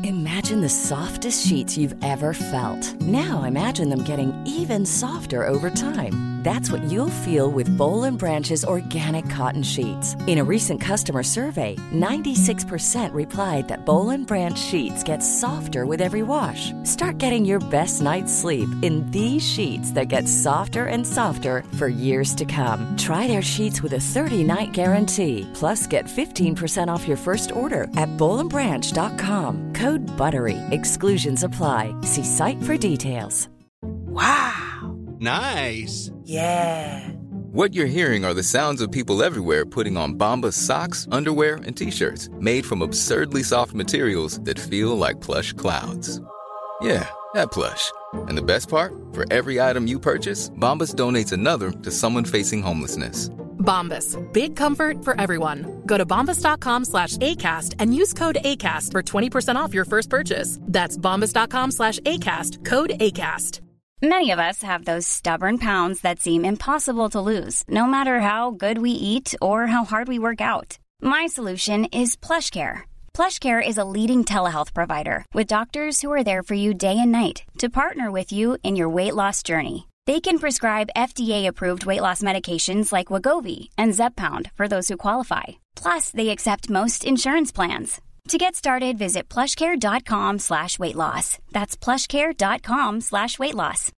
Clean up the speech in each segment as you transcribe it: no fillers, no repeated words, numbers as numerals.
Imagine the softest sheets you've ever felt. Now imagine them getting even softer over time. That's what you'll feel with Boll & Branch's organic cotton sheets. In a recent customer survey, 96% replied that Boll & Branch sheets get softer with every wash. Start getting your best night's sleep in these sheets that get softer and softer for years to come. Try their sheets with a 30-night guarantee. Plus, get 15% off your first order at bollandbranch.com. Code BUTTERY. Exclusions apply. See site for details. Wow. Nice. Yeah. What you're hearing are the sounds of people everywhere putting on Bombas socks, underwear, and T-shirts made from absurdly soft materials that feel like plush clouds. Yeah, that plush. And the best part? For every item you purchase, Bombas donates another to someone facing homelessness. Bombas. Big comfort for everyone. Go to bombas.com/ACAST and use code ACAST for 20% off your first purchase. That's bombas.com/ACAST. Code ACAST. Many of us have those stubborn pounds that seem impossible to lose, no matter how good we eat or how hard we work out. My solution is PlushCare. PlushCare is a leading telehealth provider with doctors who are there for you day and night to partner with you in your weight loss journey. They can prescribe FDA-approved weight loss medications like Wegovy and Zepbound for those who qualify. Plus, they accept most insurance plans. To get started, visit plushcare.com/weightloss. That's plushcare.com/weightloss.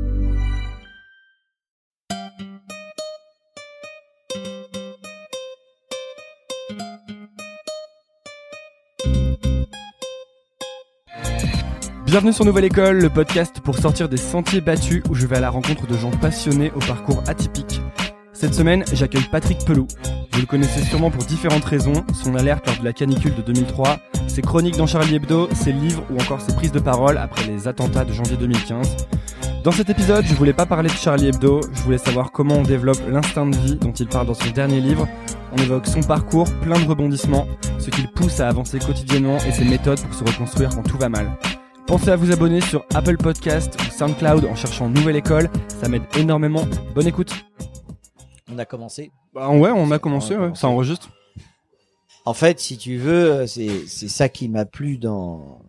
Bienvenue sur Nouvelle École, le podcast pour sortir des sentiers battus où je vais à la rencontre de gens passionnés au parcours atypique. Cette semaine, j'accueille Patrick Pelloux. Vous le connaissez sûrement pour différentes raisons, son alerte lors de la canicule de 2003, ses chroniques dans Charlie Hebdo, ses livres ou encore ses prises de parole après les attentats de janvier 2015. Dans cet épisode, je voulais pas parler de Charlie Hebdo, je voulais savoir comment on développe l'instinct de vie dont il parle dans son dernier livre. On évoque son parcours, plein de rebondissements, ce qui le pousse à avancer quotidiennement et ses méthodes pour se reconstruire quand tout va mal. Pensez à vous abonner sur Apple Podcast ou SoundCloud en cherchant Nouvelle École, ça m'aide énormément. Bonne écoute. On a commencé. Ouais, on a commencé, ça enregistre. En fait, si tu veux, c'est ça qui m'a plu dans...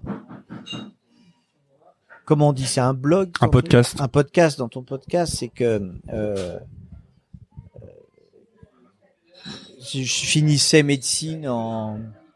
Comment on dit, c'est un blog? Un podcast. Un podcast, dans ton podcast, c'est que je finissais médecine en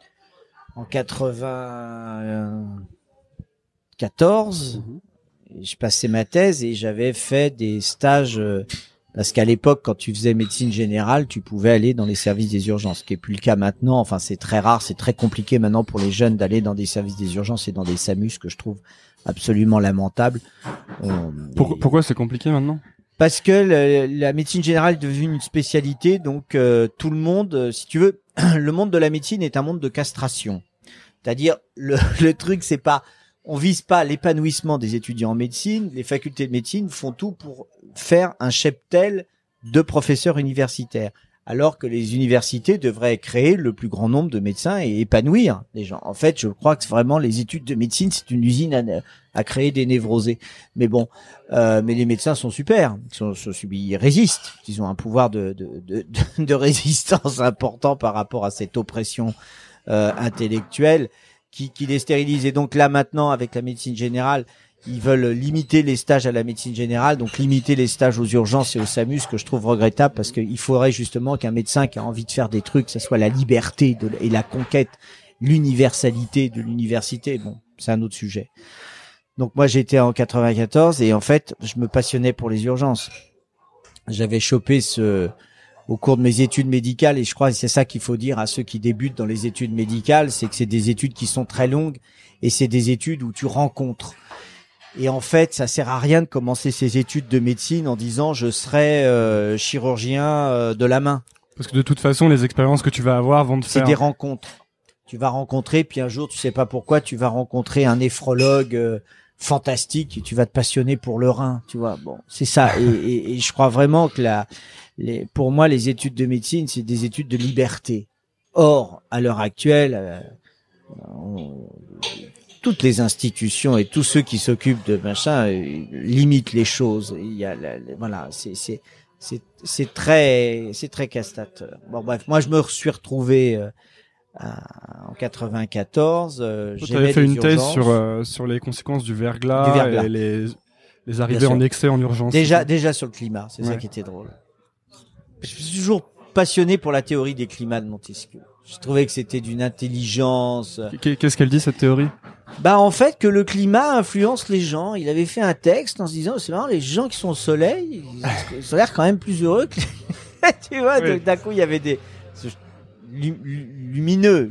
94. Et je passais ma thèse et j'avais fait des stages... Parce qu'à l'époque, quand tu faisais médecine générale, tu pouvais aller dans les services des urgences, ce qui est plus le cas maintenant. Enfin, c'est très rare, c'est très compliqué maintenant pour les jeunes d'aller dans des services des urgences et dans des SAMU, que je trouve absolument lamentable. Pourquoi c'est compliqué maintenant? Parce que la médecine générale est devenue une spécialité, donc tout le monde, si tu veux, le monde de la médecine est un monde de castration. C'est-à-dire, le truc, c'est pas... On vise pas l'épanouissement des étudiants en médecine. Les facultés de médecine font tout pour faire un cheptel de professeurs universitaires, alors que les universités devraient créer le plus grand nombre de médecins et épanouir les gens. En fait, je crois que vraiment les études de médecine, c'est une usine à créer des névrosés. Mais bon, mais les médecins sont super. Ils résistent. Ils ont un pouvoir de résistance important par rapport à cette oppression intellectuelle qui les stérilise. Et donc là maintenant, avec la médecine générale, ils veulent limiter les stages à la médecine générale, donc limiter les stages aux urgences et au SAMU, ce que je trouve regrettable, parce qu'il faudrait justement qu'un médecin qui a envie de faire des trucs, ça soit la liberté et la conquête, l'universalité de l'université. Bon, c'est un autre sujet. Donc moi j'étais en 94 et en fait je me passionnais pour les urgences. J'avais chopé au cours de mes études médicales, et je crois que c'est ça qu'il faut dire à ceux qui débutent dans les études médicales, c'est que c'est des études qui sont très longues et c'est des études où tu rencontres. Et en fait, ça sert à rien de commencer ces études de médecine en disant je serai chirurgien de la main. Parce que de toute façon, les expériences que tu vas avoir vont te faire... C'est des rencontres. Tu vas rencontrer, puis un jour, tu sais pas pourquoi, tu vas rencontrer un néphrologue fantastique et tu vas te passionner pour le rein, tu vois. Bon, c'est ça. Et je crois vraiment que pour moi, les études de médecine, c'est des études de liberté. Or, à l'heure actuelle, toutes les institutions et tous ceux qui s'occupent de machin limitent les choses. Il y a, voilà, c'est très castateur. Bon, bref, moi, je me suis retrouvé en 94. Tu avais fait une thèse sur les conséquences du verglas. Et les arrivées en excès en urgence. Déjà sur le climat, c'est ça qui était drôle. Je suis toujours passionné pour la théorie des climats de Montesquieu. Je trouvais que c'était d'une intelligence. Qu'est-ce qu'elle dit, cette théorie? En fait, que le climat influence les gens. Il avait fait un texte en se disant, c'est marrant, les gens qui sont au soleil, ils ont l'air quand même plus heureux que tu vois, oui. Donc, d'un coup, il y avait des lumineux.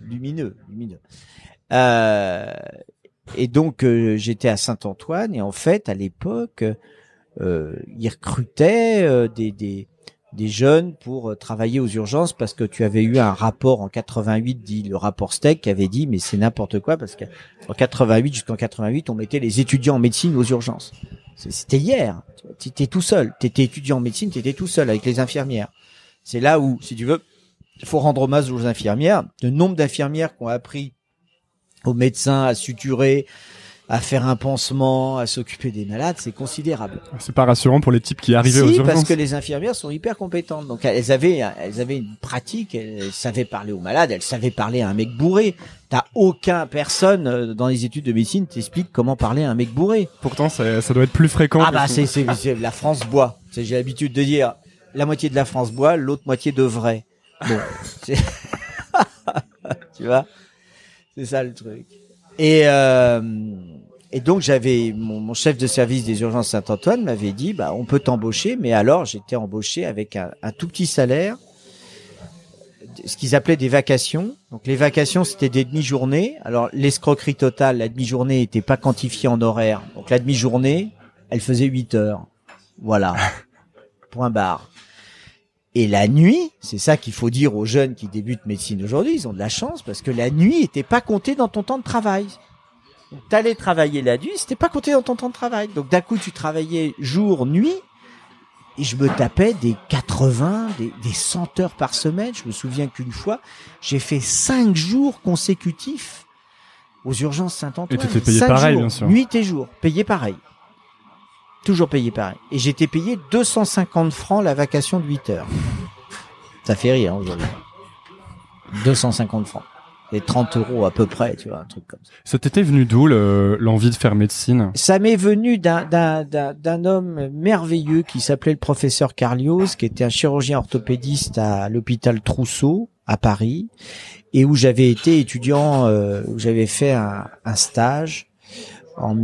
Et donc, j'étais à Saint-Antoine et en fait, à l'époque, ils recrutaient des jeunes pour travailler aux urgences parce que tu avais eu un rapport en 88, le rapport Steck, qui avait dit mais c'est n'importe quoi parce qu'en 88 jusqu'en 88 on mettait les étudiants en médecine aux urgences. C'était hier. T'étais tout seul. T'étais étudiant en médecine, t'étais tout seul avec les infirmières. C'est là où, si tu veux, il faut rendre hommage aux infirmières. Le nombre d'infirmières qui ont appris aux médecins à suturer, à faire un pansement, à s'occuper des malades, c'est considérable. C'est pas rassurant pour les types qui arrivaient aux urgences. Parce que les infirmières sont hyper compétentes. Donc elles avaient une pratique, elles savaient parler aux malades, elles savaient parler à un mec bourré. Personne dans les études de médecine t'explique comment parler à un mec bourré. Pourtant ça doit être plus fréquent. C'est la France boit. J'ai l'habitude de dire la moitié de la France boit, l'autre moitié devrait. Bon, tu vois, c'est ça le truc. Et donc j'avais mon chef de service des urgences Saint-Antoine m'avait dit on peut t'embaucher, mais alors j'étais embauché avec un tout petit salaire, ce qu'ils appelaient des vacations. Donc les vacations c'était des demi-journées. Alors l'escroquerie totale, la demi-journée était pas quantifiée en horaire. Donc la demi-journée, elle faisait 8 heures. Voilà. Point barre. Et la nuit, c'est ça qu'il faut dire aux jeunes qui débutent médecine aujourd'hui, ils ont de la chance parce que la nuit était pas comptée dans ton temps de travail. Donc t'allais travailler la nuit, c'était pas compté dans ton temps de travail. Donc d'un coup tu travaillais jour, nuit, et je me tapais des 80, des 100 heures par semaine. Je me souviens qu'une fois, j'ai fait 5 jours consécutifs aux urgences Saint-Antoine. Et t'étais payé pareil, bien sûr. Nuit et jour, payé pareil. Toujours payé pareil. Et j'étais payé 250 francs la vacation de 8 heures. Ça fait rire, aujourd'hui. 250 francs. Et 30 € à peu près, tu vois, un truc comme ça. Ça t'était venu d'où l'envie de faire médecine? Ça m'est venu d'un homme merveilleux qui s'appelait le professeur Carlios, qui était un chirurgien orthopédiste à l'hôpital Trousseau, à Paris, et où j'avais été étudiant, où j'avais fait un stage en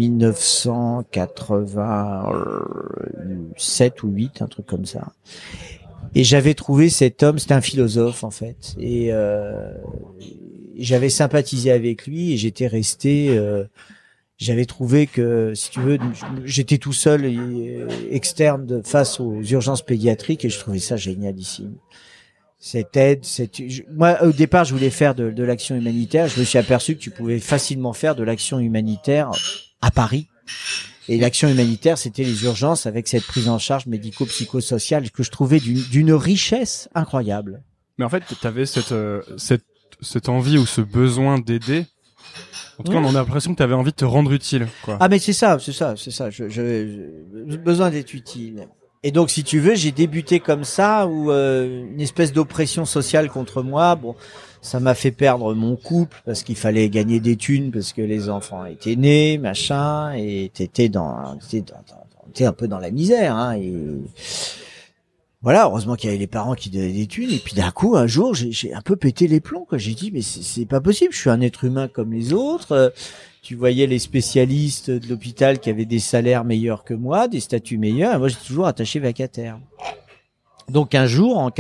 1987 ou 8, un truc comme ça. Et j'avais trouvé cet homme, c'était un philosophe en fait, et j'avais sympathisé avec lui et j'étais resté. J'avais trouvé que, si tu veux, j'étais tout seul externe face aux urgences pédiatriques et je trouvais ça génialissime. Cette aide, moi au départ je voulais faire de l'action humanitaire. Je me suis aperçu que tu pouvais facilement faire de l'action humanitaire à Paris. Et l'action humanitaire, c'était les urgences avec cette prise en charge médico-psychosociale que je trouvais d'une richesse incroyable. Mais en fait, t'avais cette envie ou ce besoin d'aider. En tout cas, on a l'impression que t'avais envie de te rendre utile, quoi. Ah, mais c'est ça. J'ai besoin d'être utile. Et donc, si tu veux, j'ai débuté comme ça, où une espèce d'oppression sociale contre moi. Bon, ça m'a fait perdre mon couple parce qu'il fallait gagner des thunes parce que les enfants étaient nés, machin, et t'étais un peu dans la misère, hein. Et voilà, heureusement qu'il y avait les parents qui donnaient des thunes. Et puis d'un coup, un jour, j'ai un peu pété les plombs, quoi. J'ai dit, mais c'est pas possible. Je suis un être humain comme les autres. Tu voyais les spécialistes de l'hôpital qui avaient des salaires meilleurs que moi, des statuts meilleurs, et moi j'étais toujours attaché vacataire. Donc un jour, fin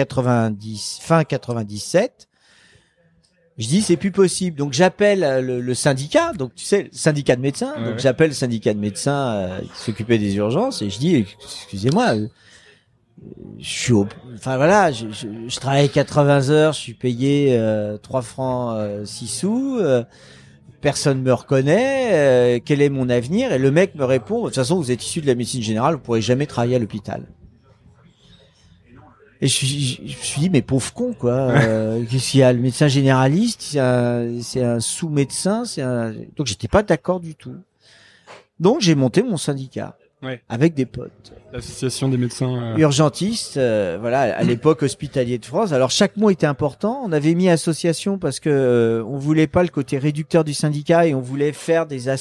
97, je dis c'est plus possible. Donc j'appelle le syndicat, donc tu sais, le syndicat de médecins. Ouais. Donc j'appelle le syndicat de médecins qui s'occupait des urgences et je dis excusez-moi, je travaille 80 heures, je suis payé 3 francs 6 sous. Personne me reconnaît, quel est mon avenir? Et le mec me répond, de toute façon, vous êtes issu de la médecine générale, vous pourrez jamais travailler à l'hôpital. Et je me suis dit, mais pauvre con, quoi. Qu'est-ce qu'il y a? Le médecin généraliste, c'est un sous-médecin, donc j'étais pas d'accord du tout. Donc j'ai monté mon syndicat. Ouais. avec des potes. L'association des médecins. Urgentistes, voilà, à l'époque hospitalier de France. Alors chaque mot était important. On avait mis association parce que on voulait pas le côté réducteur du syndicat et on voulait faire des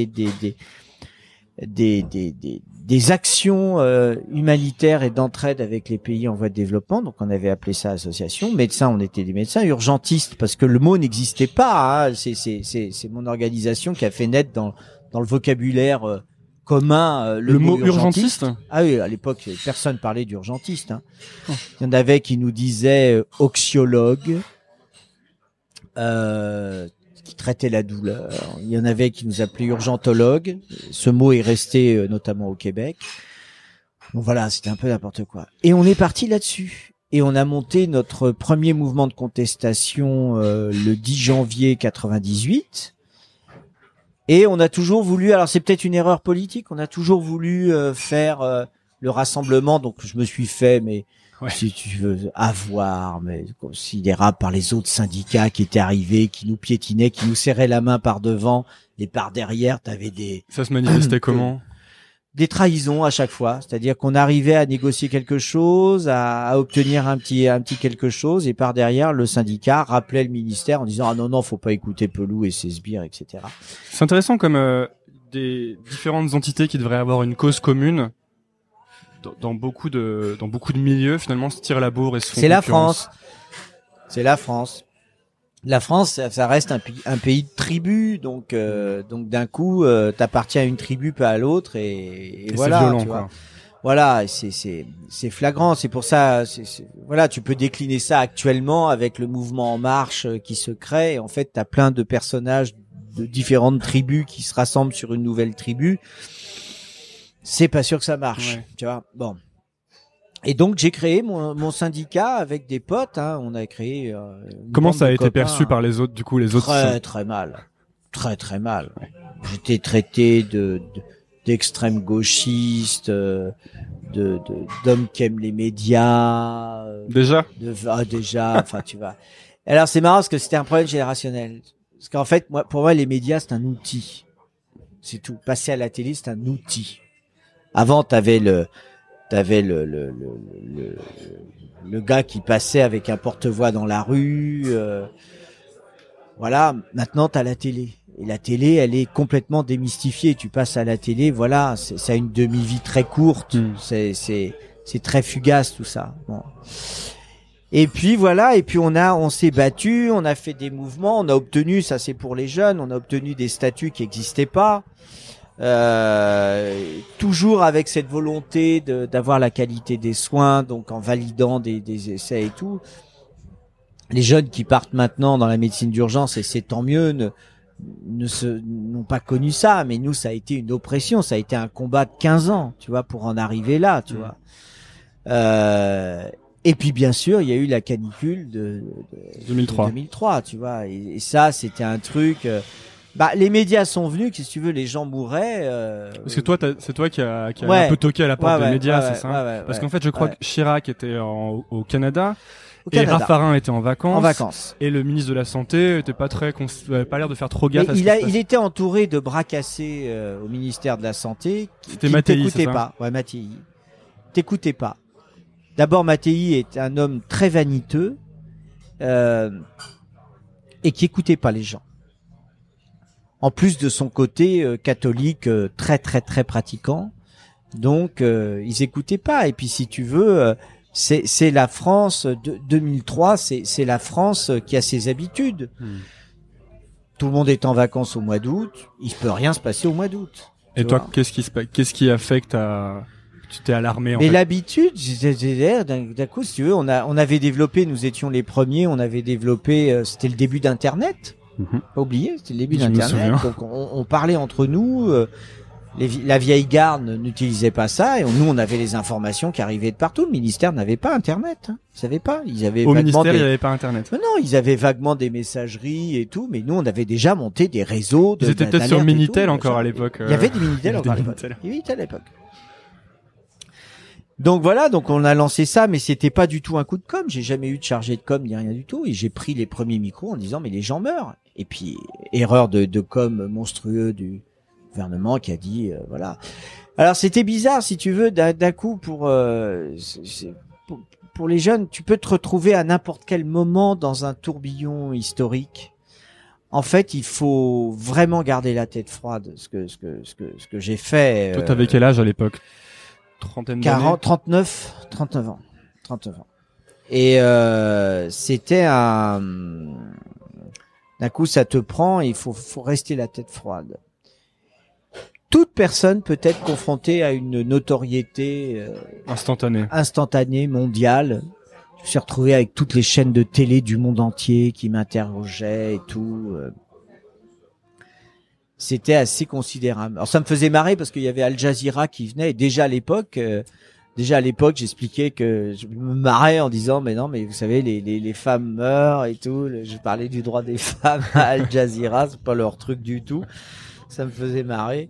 actions humanitaires et d'entraide avec les pays en voie de développement. Donc on avait appelé ça association. Médecins, on était des médecins. Urgentistes, parce que le mot n'existait pas. Hein. C'est mon organisation qui a fait naître dans le vocabulaire commun le mot urgentiste. Ah oui, à l'époque personne parlait d'urgentiste. Hein. Il y en avait qui nous disaient oxyologue, qui traitait la douleur. Il y en avait qui nous appelaient urgentologue. Ce mot est resté notamment au Québec. Donc voilà, c'était un peu n'importe quoi. Et on est parti là-dessus. Et on a monté notre premier mouvement de contestation le 10 janvier 98. Et on a toujours voulu, alors c'est peut-être une erreur politique, on a toujours voulu faire le rassemblement, donc je me suis fait, mais si tu veux, avoir, mais considérable par les autres syndicats qui étaient arrivés, qui nous piétinaient, qui nous serraient la main par devant, et par derrière, t'avais des... Ça se manifestait comment ? Des trahisons à chaque fois, c'est-à-dire qu'on arrivait à négocier quelque chose, à obtenir un petit quelque chose, et par derrière le syndicat rappelait le ministère en disant non, faut pas écouter Pelou et ses sbires, etc. C'est intéressant comme des différentes entités qui devraient avoir une cause commune dans beaucoup de milieux finalement se tirent la bourre et se font concurrence. C'est la France. La France, ça reste un pays de tribus, donc d'un coup, t'appartiens à une tribu pas à l'autre, et voilà. C'est violent, tu vois. quoi. Voilà, c'est flagrant. C'est pour ça, voilà, tu peux décliner ça actuellement avec le mouvement En Marche qui se crée. Et en fait, t'as plein de personnages de différentes tribus qui se rassemblent sur une nouvelle tribu. C'est pas sûr que ça marche, tu vois. Bon. Et donc j'ai créé mon syndicat avec des potes. Hein. On a créé. Comment ça a été perçu par les autres, du coup, les autres? Très mal, très mal. Ouais. J'étais traité d'extrême gauchiste, d'hommes qui aiment les médias. Déjà. Déjà. Enfin, tu vois. Alors c'est marrant parce que c'était un problème générationnel. Parce qu'en fait, pour moi, les médias c'est un outil. C'est tout. Passer à la télé, c'est un outil. Avant, t'avais le gars qui passait avec un porte-voix dans la rue, voilà. Maintenant t'as la télé, et la télé elle est complètement démystifiée. Tu passes à la télé, voilà, ça a une demi-vie très courte, c'est très fugace tout ça. Bon. Et puis voilà, et puis on s'est battu, on a fait des mouvements, on a obtenu, ça c'est pour les jeunes, on a obtenu des statuts qui n'existaient pas. Toujours avec cette volonté d'avoir la qualité des soins, donc en validant des essais et tout. Les jeunes qui partent maintenant dans la médecine d'urgence, et c'est tant mieux, n'ont pas connu ça, mais nous ça a été une oppression, ça a été un combat de 15 ans, tu vois, pour en arriver là, tu vois. Et puis bien sûr, il y a eu la canicule de 2003, tu vois, et ça c'était un truc. Les médias sont venus, si tu veux, les gens mouraient. Parce que c'est toi qui a un peu toqué à la porte des médias, c'est ça? Parce qu'en fait, je crois que Chirac était au Canada. Et Raffarin était en vacances. Et le ministre de la Santé était pas pas l'air de faire trop gaffe. Il était entouré de bras cassés au ministère de la Santé. C'était Mattei, t'écoutait pas. Ouais, Mattei. T'écoutais pas. D'abord, Mattei est un homme très vaniteux et qui écoutait pas les gens. En plus de son côté catholique très pratiquant, donc ils écoutaient pas. Et puis si tu veux, c'est la France de 2003, c'est la France qui a ses habitudes. Tout le monde est en vacances au mois d'août, il peut rien se passer au mois d'août. Et toi, qu'est-ce qui a fait que tu t'es alarmé en fait? Mais l'habitude, d'un coup, si tu veux, on avait développé, nous étions les premiers, on avait développé, c'était le début d'Internet. Pas oublier, c'était le début d'Internet. Donc on parlait entre nous. La vieille garde n'utilisait pas ça, et nous on avait les informations qui arrivaient de partout. Le ministère n'avait pas Internet, hein. Ils savaient pas. Ils avaient au ministère, il n'y avait pas Internet. Non, ils avaient vaguement des messageries et tout, mais nous on avait déjà monté des réseaux. Ils étaient peut-être sur Minitel encore à l'époque. Il y avait des Minitel encore à l'époque. Il y avait Minitel à l'époque. Donc voilà, donc on a lancé ça, mais c'était pas du tout un coup de com'. J'ai jamais eu de chargé de com' ni rien du tout, et j'ai pris les premiers micros en disant mais les gens meurent. Et puis erreur de com' monstrueux du gouvernement qui a dit voilà. Alors c'était bizarre, si tu veux, d'un coup pour les jeunes, tu peux te retrouver à n'importe quel moment dans un tourbillon historique. En fait, il faut vraiment garder la tête froide. Ce que j'ai fait. Toi, t'avais quel âge à l'époque? 39 ans. Et c'était d'un coup, ça te prend. Et il faut rester la tête froide. Toute personne peut être confrontée à une notoriété instantanée, mondiale. Je me suis retrouvé avec toutes les chaînes de télé du monde entier qui m'interrogeaient et tout. C'était assez considérable. Alors ça me faisait marrer parce qu'il y avait Al Jazeera qui venait. Et déjà à l'époque, j'expliquais que je me marrais en disant mais non, mais vous savez les femmes meurent et tout. Je parlais du droit des femmes à Al Jazeera, c'est pas leur truc du tout. Ça me faisait marrer.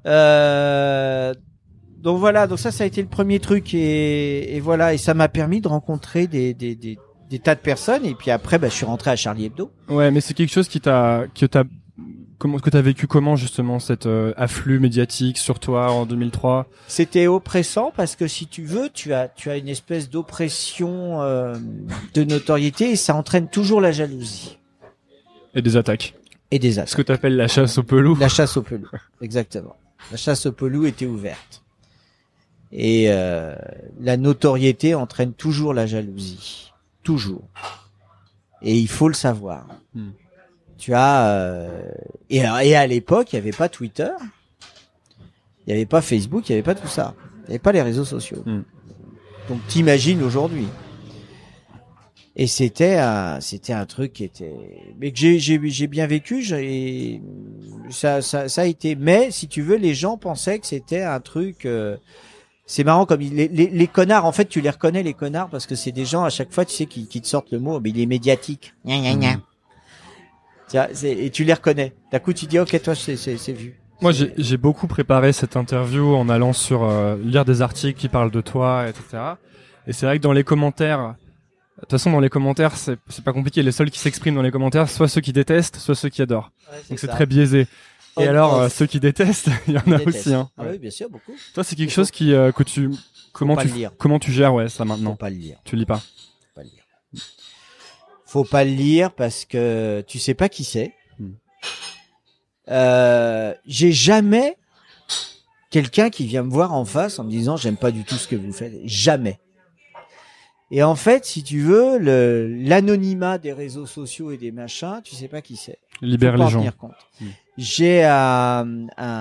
Donc voilà, donc ça a été le premier truc et voilà, et ça m'a permis de rencontrer des tas de personnes et puis après je suis rentré à Charlie Hebdo. Ouais, mais c'est quelque chose que t'as vécu comment justement cet afflux médiatique sur toi en 2003? C'était oppressant parce que si tu veux, tu as une espèce d'oppression de notoriété et ça entraîne toujours la jalousie et des attaques. Ce que t'appelles la chasse au pelou. La chasse au pelou, exactement. La chasse au pelou était ouverte. Et la notoriété entraîne toujours la jalousie. Toujours. Et il faut le savoir. Tu as... et à l'époque, il n'y avait pas Twitter. Il n'y avait pas Facebook, il n'y avait pas tout ça. Il n'y avait pas les réseaux sociaux. Donc t'imagines aujourd'hui. Et c'était un truc qui était, mais que j'ai bien vécu, ça a été, mais si tu veux, les gens pensaient que c'était un truc, c'est marrant comme les connards, en fait, tu les reconnais, les connards, parce que c'est des gens, à chaque fois, tu sais, qui te sortent le mot, mais il est médiatique. Tiens, et tu les reconnais. D'un coup, tu dis, ok, toi, c'est vu. Moi, j'ai beaucoup préparé cette interview en allant lire des articles qui parlent de toi, etc. Et c'est vrai que dans les commentaires, de toute façon, dans les commentaires, c'est pas compliqué. Les seuls qui s'expriment dans les commentaires, soit ceux qui détestent, soit ceux qui adorent. Ouais, donc c'est très biaisé. Et alors, ceux qui détestent, il y en a aussi, hein. Ah oui, bien sûr, beaucoup. Toi, c'est quelque chose comment tu gères, ça maintenant? Faut pas le lire. Tu lis pas? Faut pas le lire. Faut pas le lire parce que tu sais pas qui c'est. J'ai jamais quelqu'un qui vient me voir en face en me disant j'aime pas du tout ce que vous faites. Jamais. Et en fait, si tu veux, l'anonymat des réseaux sociaux et des machins, tu sais pas qui c'est. Libère les gens. J'ai un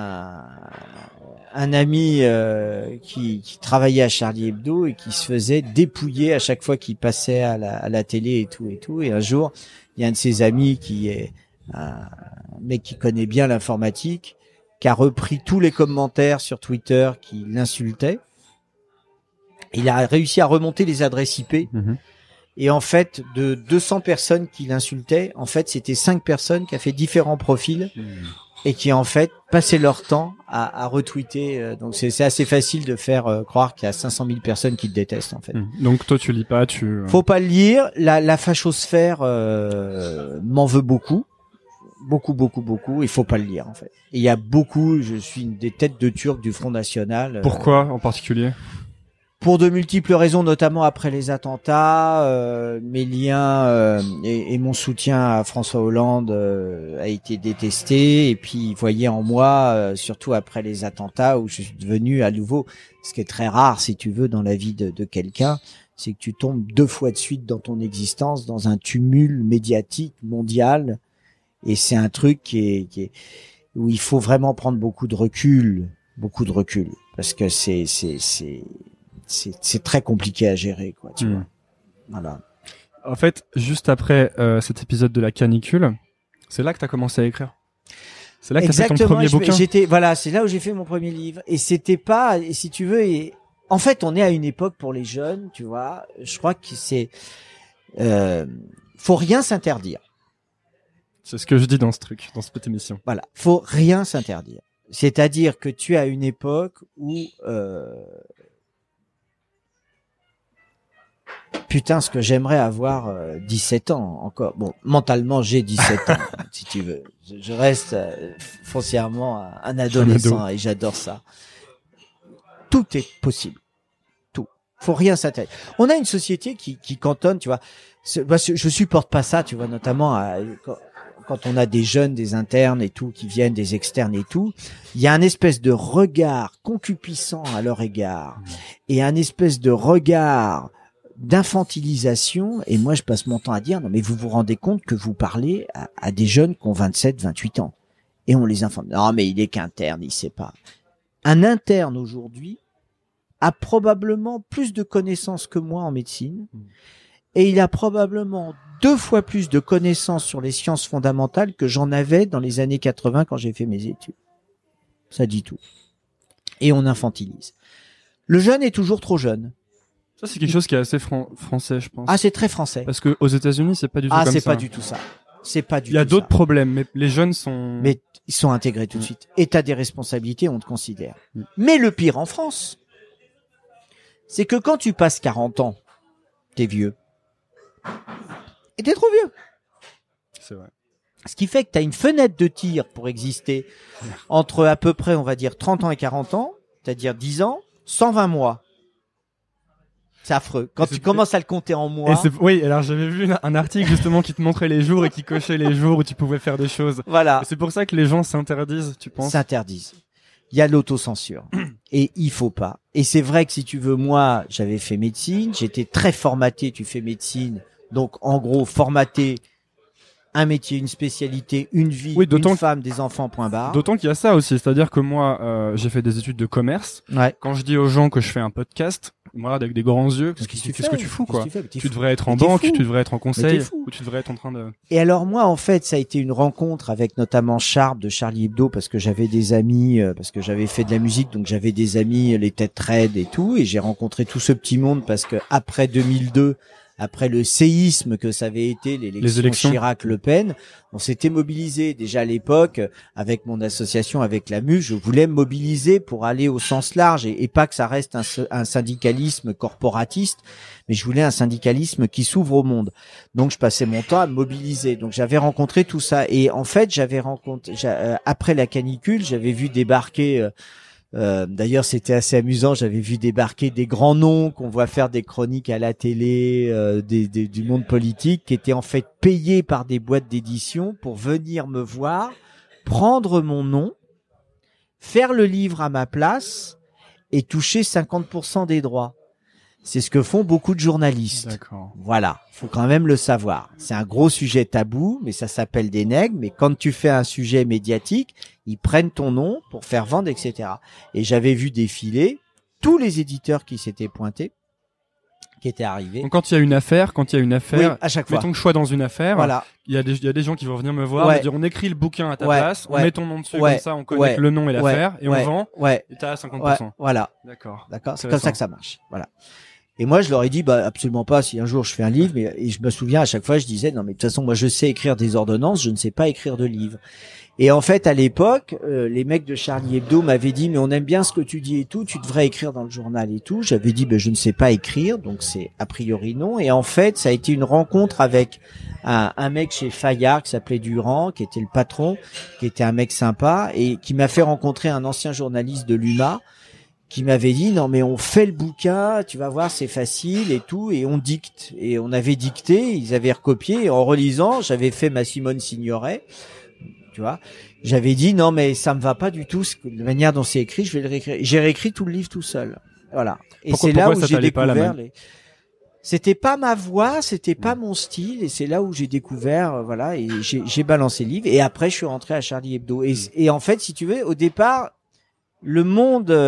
ami qui travaillait à Charlie Hebdo et qui se faisait dépouiller à chaque fois qu'il passait à la télé et tout. Et un jour, il y a un de ses amis qui est un mec qui connaît bien l'informatique, qui a repris tous les commentaires sur Twitter qui l'insultaient. Il a réussi à remonter les adresses IP. Et en fait, de 200 personnes qui l'insultaient, en fait, c'était 5 personnes qui a fait différents profils et qui, en fait, passaient leur temps à retweeter. Donc, c'est assez facile de faire croire qu'il y a 500 000 personnes qui te détestent, en fait. Donc, toi, tu lis pas, Faut pas le lire. La fachosphère m'en veut beaucoup. Beaucoup. Il faut pas le lire, en fait. Et il y a beaucoup, je suis une des têtes de turc du Front National. Pourquoi, en particulier? Pour de multiples raisons, notamment après les attentats, mes liens et mon soutien à François Hollande a été détesté. Et puis, ils voyaient en moi, surtout après les attentats, où je suis devenu à nouveau, ce qui est très rare, si tu veux, dans la vie de quelqu'un, c'est que tu tombes 2 fois de suite dans ton existence, dans un tumulte médiatique mondial. Et c'est un truc qui est où il faut vraiment prendre beaucoup de recul, parce que c'est très compliqué à gérer, quoi, tu vois. Voilà. En fait, juste après cet épisode de la canicule, c'est là que t'as commencé à écrire. C'est là que t'as fait ton premier bouquin. C'est là où j'ai fait mon premier livre. Et c'était pas, et si tu veux, en fait, on est à une époque pour les jeunes, tu vois. Je crois que faut rien s'interdire. C'est ce que je dis dans cette émission. Voilà. Faut rien s'interdire. C'est-à-dire que tu es à une époque où, putain, ce que j'aimerais avoir 17 ans encore. Bon, mentalement, j'ai 17 ans, si tu veux. Je reste foncièrement un adolescent et j'adore ça. Tout est possible. Tout. Faut rien s'intéresser. On a une société qui cantonne, tu vois. Je supporte pas ça, tu vois, notamment quand on a des jeunes, des internes et tout, qui viennent, des externes et tout. Il y a un espèce de regard concupissant à leur égard et un espèce de regard d'infantilisation. Et moi, je passe mon temps à dire, non, mais vous vous rendez compte que vous parlez à des jeunes qui ont 27, 28 ans. Et on les informe. Non, mais il est qu'interne, il sait pas. Un interne aujourd'hui a probablement plus de connaissances que moi en médecine. Et il a probablement 2 fois plus de connaissances sur les sciences fondamentales que j'en avais dans les années 80 quand j'ai fait mes études. Ça dit tout. Et on infantilise. Le jeune est toujours trop jeune. Ça, c'est quelque chose qui est assez français, je pense. Ah, c'est très français. Parce que aux États-Unis, c'est pas du tout comme ça. Ah, c'est pas du tout ça. C'est pas du tout ça. Il y a d'autres problèmes, mais les jeunes sont... Mais ils sont intégrés tout de suite. Et t'as des responsabilités, on te considère. Mais le pire en France, c'est que quand tu passes 40 ans, t'es vieux. Et t'es trop vieux. C'est vrai. Ce qui fait que t'as une fenêtre de tir pour exister entre à peu près, on va dire, 30 ans et 40 ans, c'est-à-dire 10 ans, 120 mois. C'est affreux. Quand tu commences à le compter en mois. Oui, alors j'avais vu un article justement qui te montrait les jours et qui cochait les jours où tu pouvais faire des choses. Voilà. Et c'est pour ça que les gens s'interdisent, tu penses? S'interdisent. Il y a l'autocensure. Et il faut pas. Et c'est vrai que si tu veux, moi, j'avais fait médecine, j'étais très formaté, tu fais médecine. Donc, en gros, formaté, un métier, une spécialité, une vie, une femme, des enfants, point barre. D'autant qu'il y a ça aussi. C'est-à-dire que moi, j'ai fait des études de commerce. Ouais. Quand je dis aux gens que je fais un podcast, moi, avec des grands yeux, qu'est-ce que tu fous, quoi? Tu devrais être en banque, tu devrais être en conseil, ou tu devrais être en train de... Et alors, moi, en fait, ça a été une rencontre avec notamment Sharp de Charlie Hebdo, parce que j'avais des amis, parce que j'avais fait de la musique, donc j'avais des amis, les têtes raides et tout, et j'ai rencontré tout ce petit monde parce que après 2002, après le séisme que ça avait été les élections Chirac-Le Pen, on s'était mobilisé déjà à l'époque avec mon association, avec la MU. Je voulais me mobiliser pour aller au sens large et pas que ça reste un syndicalisme corporatiste, mais je voulais un syndicalisme qui s'ouvre au monde. Donc je passais mon temps à me mobiliser. Donc j'avais rencontré tout ça et en fait j'avais rencontré après la canicule, j'avais vu débarquer. D'ailleurs, c'était assez amusant. J'avais vu débarquer des grands noms qu'on voit faire des chroniques à la télé, du monde politique, qui étaient en fait payés par des boîtes d'édition pour venir me voir, prendre mon nom, faire le livre à ma place et toucher 50% des droits. C'est ce que font beaucoup de journalistes. D'accord. Voilà, faut quand même le savoir. C'est un gros sujet tabou, mais ça s'appelle des nègres. Mais quand tu fais un sujet médiatique, ils prennent ton nom pour faire vendre, etc. Et j'avais vu défiler tous les éditeurs qui s'étaient pointés, qui étaient arrivés. Donc quand il y a une affaire, oui, à chaque fois. Mettons que je sois dans une affaire. Voilà. Il y a des gens qui vont venir me voir, me dire on écrit le bouquin à ta place, on met ton nom dessus comme ça, on connecte le nom et l'affaire et on vend. Et t'as 50%. Voilà. D'accord. C'est comme ça que ça marche. Voilà. Et moi, je leur ai dit, absolument pas. Si un jour je fais un livre, et je me souviens à chaque fois, je disais, non, mais de toute façon, moi, je sais écrire des ordonnances, je ne sais pas écrire de livres. Et en fait, à l'époque, les mecs de Charlie Hebdo m'avaient dit, mais on aime bien ce que tu dis et tout, tu devrais écrire dans le journal et tout. J'avais dit, je ne sais pas écrire, donc c'est a priori non. Et en fait, ça a été une rencontre avec un mec chez Fayard qui s'appelait Durand, qui était le patron, qui était un mec sympa et qui m'a fait rencontrer un ancien journaliste de l'UMA, qui m'avait dit non mais on fait le bouquin, tu vas voir c'est facile et tout et on dicte et on avait dicté, ils avaient recopié et en relisant j'avais fait ma Simone Signoret, tu vois, j'avais dit non mais ça me va pas du tout la manière dont c'est écrit, je vais le réécrire. J'ai réécrit tout le livre tout seul, voilà. Et c'est là où j'ai découvert c'était pas ma voix, c'était pas mon style et c'est là où j'ai découvert voilà et j'ai balancé le livre et après je suis rentré à Charlie Hebdo et en fait si tu veux au départ le monde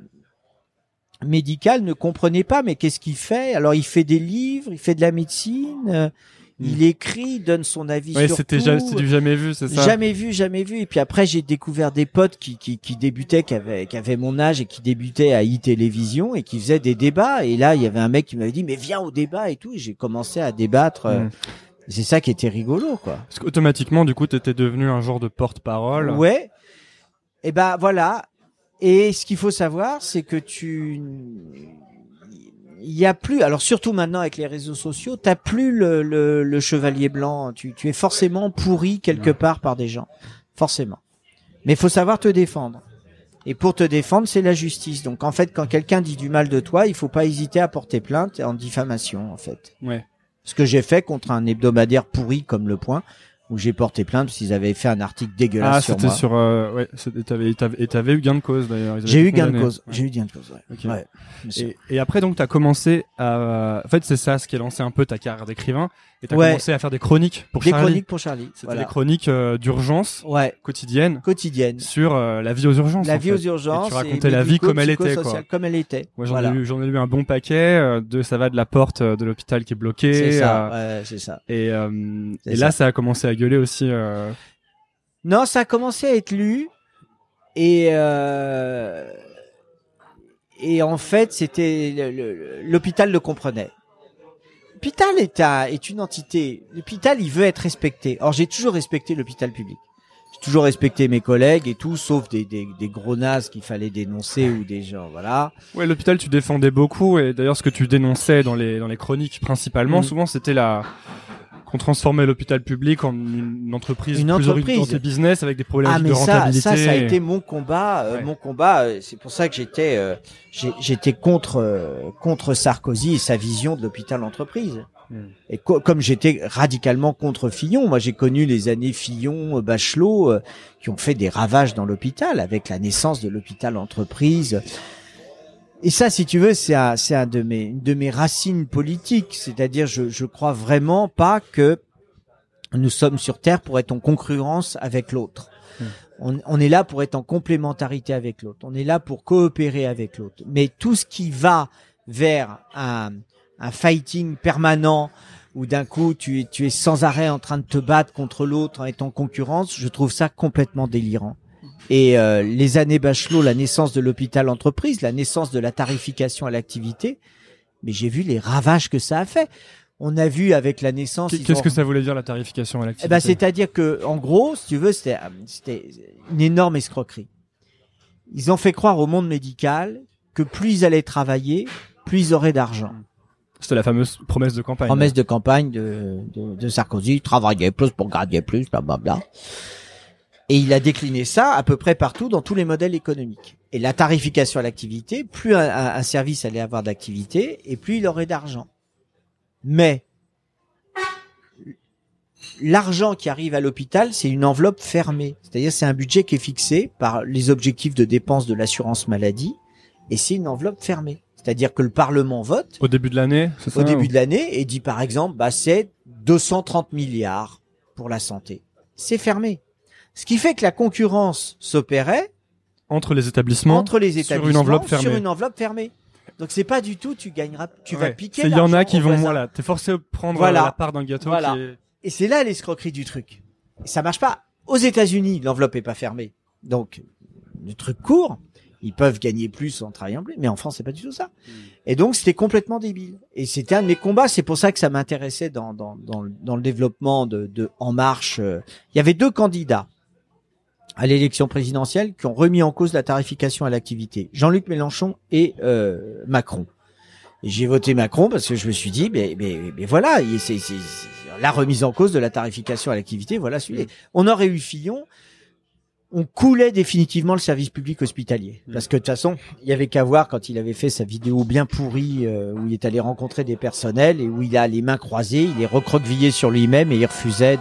médical ne comprenait pas, mais qu'est-ce qu'il fait? Alors, il fait des livres, il fait de la médecine, il écrit, il donne son avis sur c'était tout. du jamais vu, c'est ça? Jamais vu. Et puis après, j'ai découvert des potes qui débutaient, qui avaient mon âge et qui débutaient à e-télévision et qui faisaient des débats. Et là, il y avait un mec qui m'avait dit, mais viens au débat et tout. Et j'ai commencé à débattre. C'est ça qui était rigolo, quoi. Parce qu'automatiquement, du coup, t'étais devenu un genre de porte-parole. Ouais. Et voilà. Et ce qu'il faut savoir, c'est que il y a plus, alors surtout maintenant avec les réseaux sociaux, t'as plus le chevalier blanc. Tu es forcément pourri quelque part par des gens. Forcément. Mais il faut savoir te défendre. Et pour te défendre, c'est la justice. Donc en fait, quand quelqu'un dit du mal de toi, il faut pas hésiter à porter plainte en diffamation, en fait. Ouais. Ce que j'ai fait contre un hebdomadaire pourri comme Le Point, où j'ai porté plainte parce qu'ils avaient fait un article dégueulasse sur moi. Et t'avais eu gain de cause d'ailleurs. J'ai eu gain de cause. J'ai eu gain de cause. Ouais. Okay. Ouais. Et après donc t'as commencé à, en fait c'est ça ce qui a lancé un peu ta carrière d'écrivain. Et t'as commencé à faire des chroniques pour Charlie. Des chroniques pour Charlie. C'était des chroniques d'urgence. Quotidiennes. Quotidienne. La vie aux urgences. La vie aux urgences. Et tu racontais la vie comme elle était, quoi. Comme elle était. Moi j'en ai lu un bon paquet de ça va de la porte de l'hôpital qui est bloquée. C'est ça. C'est ça. Et là ça a commencé à gueuler aussi. Non, ça a commencé à être lu et en fait c'était l'hôpital le comprenait. L'hôpital est une entité. L'hôpital, il veut être respecté. Or, j'ai toujours respecté l'hôpital public. J'ai toujours respecté mes collègues et tout, sauf des gros nazes qu'il fallait dénoncer ou des gens, voilà. Ouais, l'hôpital, tu défendais beaucoup et d'ailleurs, ce que tu dénonçais dans les chroniques principalement, souvent, c'était qu'on transformait l'hôpital public en une entreprise plus orientée business avec des problèmes de rentabilité. Ça a été mon combat. Mon combat, c'est pour ça que j'étais contre Sarkozy et sa vision de l'hôpital entreprise. Et comme j'étais radicalement contre Fillon, moi j'ai connu les années Fillon, Bachelot, qui ont fait des ravages dans l'hôpital avec la naissance de l'hôpital entreprise. Et ça, si tu veux, c'est une de mes racines politiques. C'est-à-dire, je crois vraiment pas que nous sommes sur Terre pour être en concurrence avec l'autre. On est là pour être en complémentarité avec l'autre. On est là pour coopérer avec l'autre. Mais tout ce qui va vers un fighting permanent où d'un coup tu es sans arrêt en train de te battre contre l'autre en étant en concurrence, je trouve ça complètement délirant. Et les années Bachelot, la naissance de l'hôpital entreprise, la naissance de la tarification à l'activité, mais j'ai vu les ravages que ça a fait. On a vu avec la naissance. Qu'est-ce que ça voulait dire la tarification à l'activité? C'est-à-dire que, en gros, si tu veux, c'était une énorme escroquerie. Ils ont fait croire au monde médical que plus ils allaient travailler, plus ils auraient d'argent. C'était la fameuse promesse de campagne. Promesse de campagne de Sarkozy, travailler plus pour gagner plus, blablabla. Et il a décliné ça à peu près partout dans tous les modèles économiques. Et la tarification à l'activité, plus un service allait avoir d'activité, et plus il aurait d'argent. Mais l'argent qui arrive à l'hôpital, c'est une enveloppe fermée. C'est-à-dire c'est un budget qui est fixé par les objectifs de dépenses de l'assurance maladie, et c'est une enveloppe fermée. C'est-à-dire que le Parlement vote au début de l'année, c'est ça, au début de l'année, et dit par exemple, c'est 230 milliards pour la santé. C'est fermé. Ce qui fait que la concurrence s'opérait entre les établissements sur une enveloppe fermée. Donc c'est pas du tout, tu gagneras, tu vas piquer. Il y en a qui vont, t'es forcé de prendre la part d'un gâteau. Voilà. Et c'est là l'escroquerie du truc. Et ça marche pas. Aux États-Unis, l'enveloppe est pas fermée. Donc le truc court. Ils peuvent gagner plus en travaillant plus, mais en France c'est pas du tout ça. Et donc c'était complètement débile. Et c'était un de mes combats. C'est pour ça que ça m'intéressait dans le développement de En Marche. Il y avait 2 candidats à l'élection présidentielle qui ont remis en cause la tarification à l'activité. Jean-Luc Mélenchon et Macron. Et j'ai voté Macron parce que je me suis dit, mais voilà, c'est la remise en cause de la tarification à l'activité. Voilà celui-là. On aurait eu Fillon. On coulait définitivement le service public hospitalier. Parce que de toute façon, il y avait qu'à voir quand il avait fait sa vidéo bien pourrie où il est allé rencontrer des personnels et où il a les mains croisées, il est recroquevillé sur lui-même et il refusait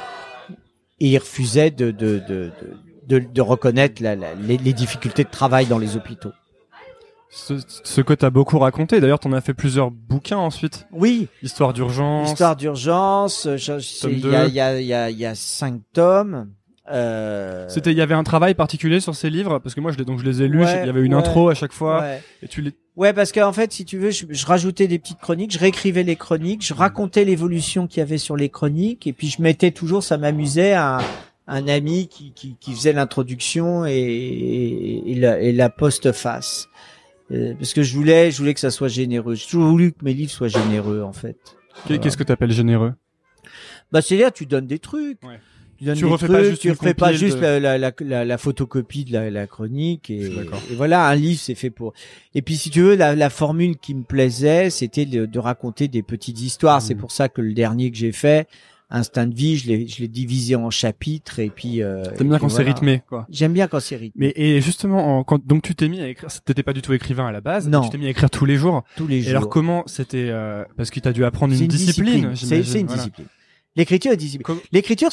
de reconnaître les difficultés de travail dans les hôpitaux. Ce que t'as beaucoup raconté, d'ailleurs t'en as fait plusieurs bouquins ensuite. Oui. Histoire d'urgence. Il y a 5 tomes. Il y avait un travail particulier sur ces livres parce que moi je les ai lus, il y avait une intro à chaque fois et parce qu'en fait si tu veux je rajoutais des petites chroniques, je réécrivais les chroniques, je racontais l'évolution qu'il y avait sur les chroniques et puis je mettais toujours, ça m'amusait, un ami qui faisait l'introduction et la postface parce que je voulais que ça soit généreux. J'ai toujours voulu que mes livres soient généreux en fait. Qu'est-ce que t'appelles généreux? C'est-à-dire tu donnes des trucs. Tu refais pas juste la photocopie de la chronique et voilà, un livre c'est fait pour. Et puis si tu veux, la formule qui me plaisait, c'était de raconter des petites histoires. C'est pour ça que le dernier que j'ai fait, Instinct de vie, je l'ai divisé en chapitres et puis. T'aimes bien quand c'est rythmé, quoi. J'aime bien quand c'est rythmé. Mais et justement, donc tu t'es mis à écrire. T'étais pas du tout écrivain à la base. Non. Tu t'es mis à écrire tous les jours. Tous les jours. Et alors comment c'était parce que t'as dû apprendre une discipline. C'est une discipline. L'écriture est discipline. L'écriture,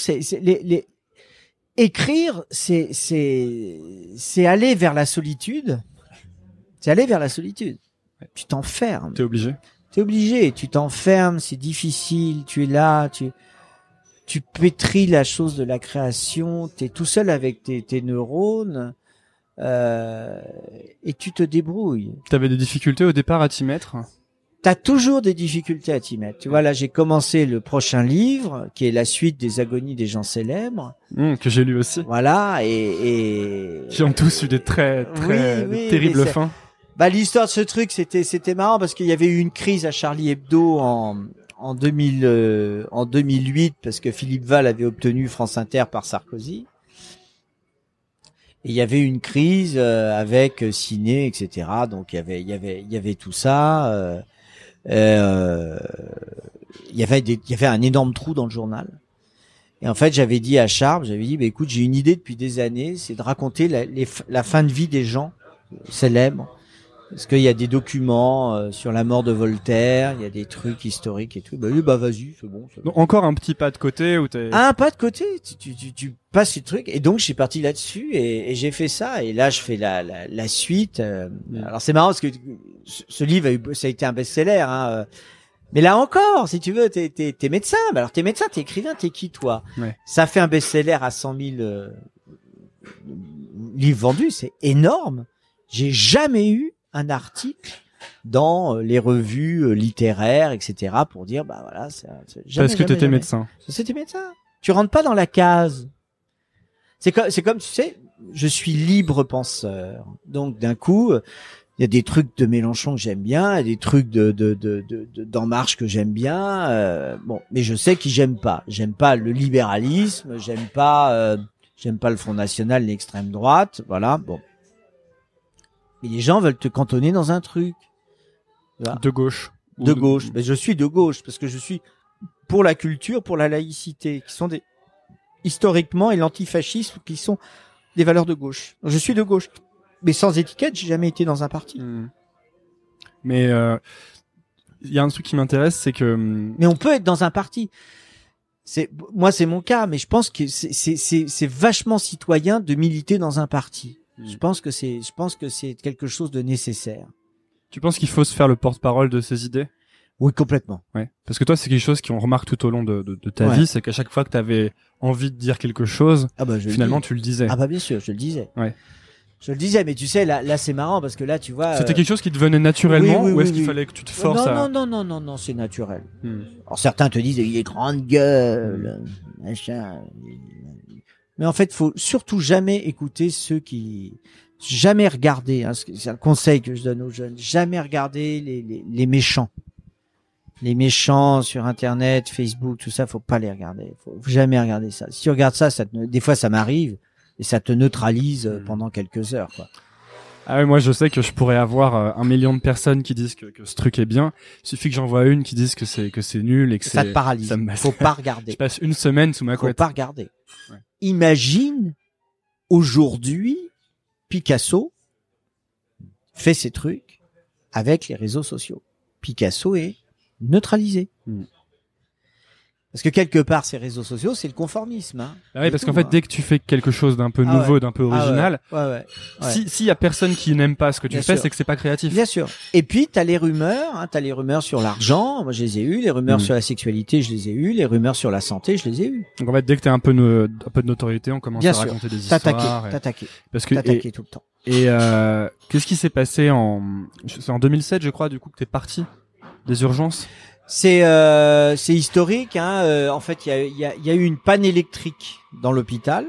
écrire, c'est aller vers la solitude. C'est aller vers la solitude. Tu t'enfermes. T'es obligé. Tu t'enfermes, c'est difficile, tu es là, tu pétris la chose de la création, t'es tout seul avec tes neurones, et tu te débrouilles. T'avais des difficultés au départ à t'y mettre? T'as toujours des difficultés à t'y mettre. Tu vois, là, j'ai commencé le prochain livre, qui est la suite des agonies des gens célèbres. Que j'ai lu aussi. Voilà, et... Qui ont tous eu des très terribles fins. Bah, l'histoire de ce truc, c'était marrant parce qu'il y avait eu une crise à Charlie Hebdo en 2008 parce que Philippe Val avait obtenu France Inter par Sarkozy. Et il y avait une crise avec Ciné, etc. Donc il y avait tout ça. Il y avait un énorme trou dans le journal. Et en fait, j'avais dit à Charles, bah, écoute, j'ai une idée depuis des années, c'est de raconter la fin de vie des gens célèbres. Parce qu'il y a des documents sur la mort de Voltaire, il y a des trucs historiques et tout. Bah vas-y, c'est bon. Donc, encore un petit pas de côté où t'es... Un pas de côté, tu passes ce truc. Et donc, je suis parti là-dessus et j'ai fait ça. Et là, je fais la suite. Alors, c'est marrant parce que ce livre ça a été un best-seller, hein. Mais là encore, si tu veux, t'es médecin. Bah alors, t'es médecin, t'es écrivain, t'es qui, toi? Ouais. Ça fait un best-seller à 100 000 livres vendus. C'est énorme. J'ai jamais eu un article dans les revues littéraires, etc., pour dire, bah voilà, parce que t'étais médecin. C'était médecin. Tu rentres pas dans la case. C'est comme, tu sais, je suis libre penseur. Donc, d'un coup, il y a des trucs de Mélenchon que j'aime bien, il y a des trucs d'En Marche que j'aime bien, bon, mais je sais qui j'aime pas. J'aime pas le libéralisme, j'aime pas le Front National, l'extrême droite, voilà, bon. Mais les gens veulent te cantonner dans un truc. Voilà. De gauche. De gauche. Mais je suis de gauche parce que je suis pour la culture, pour la laïcité, qui sont historiquement, et l'antifascisme, qui sont des valeurs de gauche. Je suis de gauche. Mais sans étiquette, j'ai jamais été dans un parti. Mais il y a un truc qui m'intéresse, c'est que... Mais on peut être dans un parti. Moi, c'est mon cas, mais je pense que c'est vachement citoyen de militer dans un parti. Je pense que c'est quelque chose de nécessaire. Tu penses qu'il faut se faire le porte-parole de ses idées? Oui, complètement. Ouais. Parce que toi, c'est quelque chose qu'on remarque tout au long de ta vie, c'est qu'à chaque fois que tu avais envie de dire quelque chose, finalement, tu le disais. Ah bah bien sûr, je le disais. Ouais. Je le disais, mais tu sais, là c'est marrant parce que là, tu vois... C'était quelque chose qui te venait naturellement, ou est-ce qu'il fallait que tu te forces Non, c'est naturel. Alors certains te disent, il est grande gueule, machin... Mais en fait, faut surtout jamais écouter jamais regarder, hein, c'est un conseil que je donne aux jeunes, jamais regarder les méchants. Les méchants sur Internet, Facebook, tout ça, faut pas les regarder. Faut jamais regarder ça. Si tu regardes ça, des fois ça m'arrive, et ça te neutralise pendant quelques heures, quoi. Ah ouais, moi je sais que je pourrais avoir 1 million de personnes qui disent que ce truc est bien. Il suffit que j'en vois une qui dise que c'est nul et que ça te paralyse. Faut pas regarder. Je passe une semaine sous ma couette. Faut pas regarder. Ouais. Imagine aujourd'hui Picasso fait ses trucs avec les réseaux sociaux. Picasso est neutralisé. Parce que quelque part, ces réseaux sociaux, c'est le conformisme. Hein. Ah oui, parce qu'en fait, dès que tu fais quelque chose d'un peu nouveau, d'un peu original, s'il y a personne qui n'aime pas ce que tu fais, c'est que c'est pas créatif. Bien sûr. Et puis, t'as les rumeurs, t'as les rumeurs sur l'argent, moi je les ai eues, les rumeurs sur la sexualité, je les ai eues, les rumeurs sur la santé, je les ai eues. Donc en fait, dès que t'as un peu de notoriété, on commence à raconter des histoires. T'attaquer. Parce que t'attaquer tout le temps. Et qu'est-ce qui s'est passé c'est en 2007, je crois, du coup, que t'es parti des urgences? C'est historique, hein. En fait, il y a eu une panne électrique dans l'hôpital.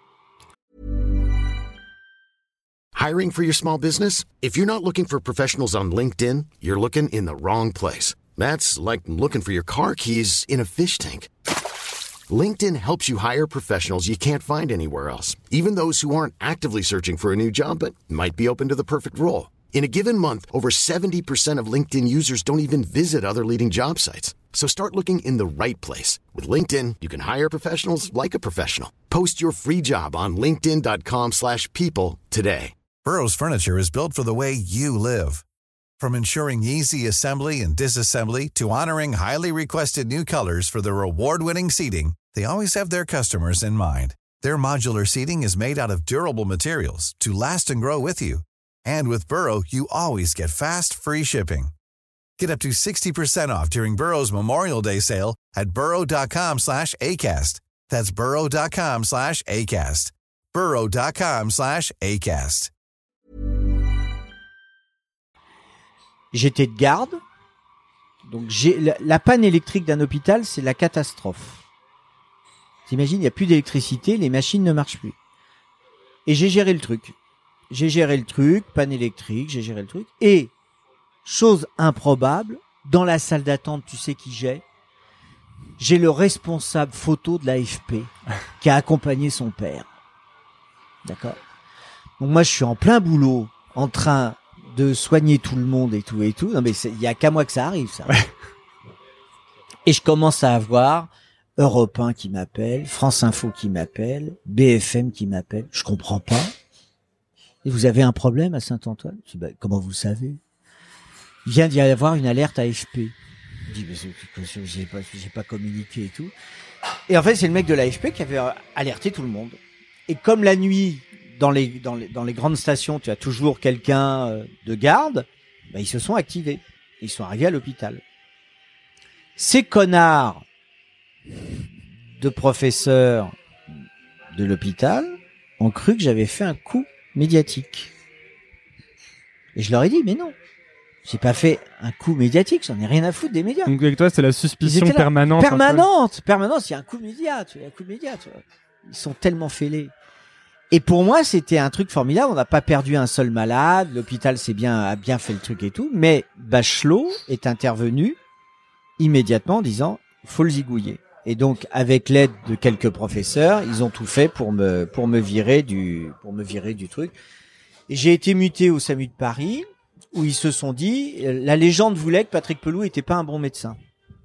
Hiring for your small business? If you're not looking for professionals on LinkedIn, you're looking in the wrong place. That's like looking for your car keys in a fish tank. LinkedIn helps you hire professionals you can't find anywhere else, even those who aren't actively searching for a new job but might be open to the perfect role. In a given month, over 70% of LinkedIn users don't even visit other leading job sites. So start looking in the right place. With LinkedIn, you can hire professionals like a professional. Post your free job on linkedin.com/people today. Burrow's furniture is built for the way you live. From ensuring easy assembly and disassembly to honoring highly requested new colors for their award-winning seating, they always have their customers in mind. Their modular seating is made out of durable materials to last and grow with you. And with Burrow, you always get fast, free shipping. Get up to 60% off during Burrow's Memorial Day sale at burrow.com/ACAST. That's burrow.com/ACAST. burrow.com/ACAST. J'étais de garde. Donc la panne électrique d'un hôpital, c'est la catastrophe. T'imagines, il n'y a plus d'électricité, les machines ne marchent plus. Et j'ai géré le truc. Panne électrique, j'ai géré le truc. Et, chose improbable, dans la salle d'attente, tu sais qui j'ai le responsable photo de l'AFP qui a accompagné son père. D'accord ? Donc moi, je suis en plein boulot, en train de soigner tout le monde et tout. Non mais il y a qu'à moi que ça arrive, ça. Et je commence à avoir Europe 1 qui m'appelle, France Info qui m'appelle, BFM qui m'appelle. Je comprends pas. Et vous avez un problème à Saint-Antoine ? Je dis, bah, comment vous savez ? Il vient d'y avoir une alerte AFP. Je dis, mais j'ai pas communiqué et tout. Et en fait, c'est le mec de l'AFP qui avait alerté tout le monde. Et comme la nuit, dans les grandes stations, tu as toujours quelqu'un de garde, bah, ils se sont activés. Ils sont arrivés à l'hôpital. Ces connards de professeurs de l'hôpital ont cru que j'avais fait un coup médiatique. Et je leur ai dit, mais non, j'ai pas fait un coup médiatique, j'en ai rien à foutre des médias. Donc avec toi, c'est la suspicion permanente. Permanente, il y a un coup média, tu vois. Ils sont tellement fêlés. Et pour moi, c'était un truc formidable, on n'a pas perdu un seul malade, l'hôpital a bien fait le truc et tout, mais Bachelot est intervenu immédiatement en disant, faut le zigouiller. Et donc, avec l'aide de quelques professeurs, ils ont tout fait pour me virer du truc. Et j'ai été muté au SAMU de Paris, où ils se sont dit, la légende voulait que Patrick Pelloux était pas un bon médecin,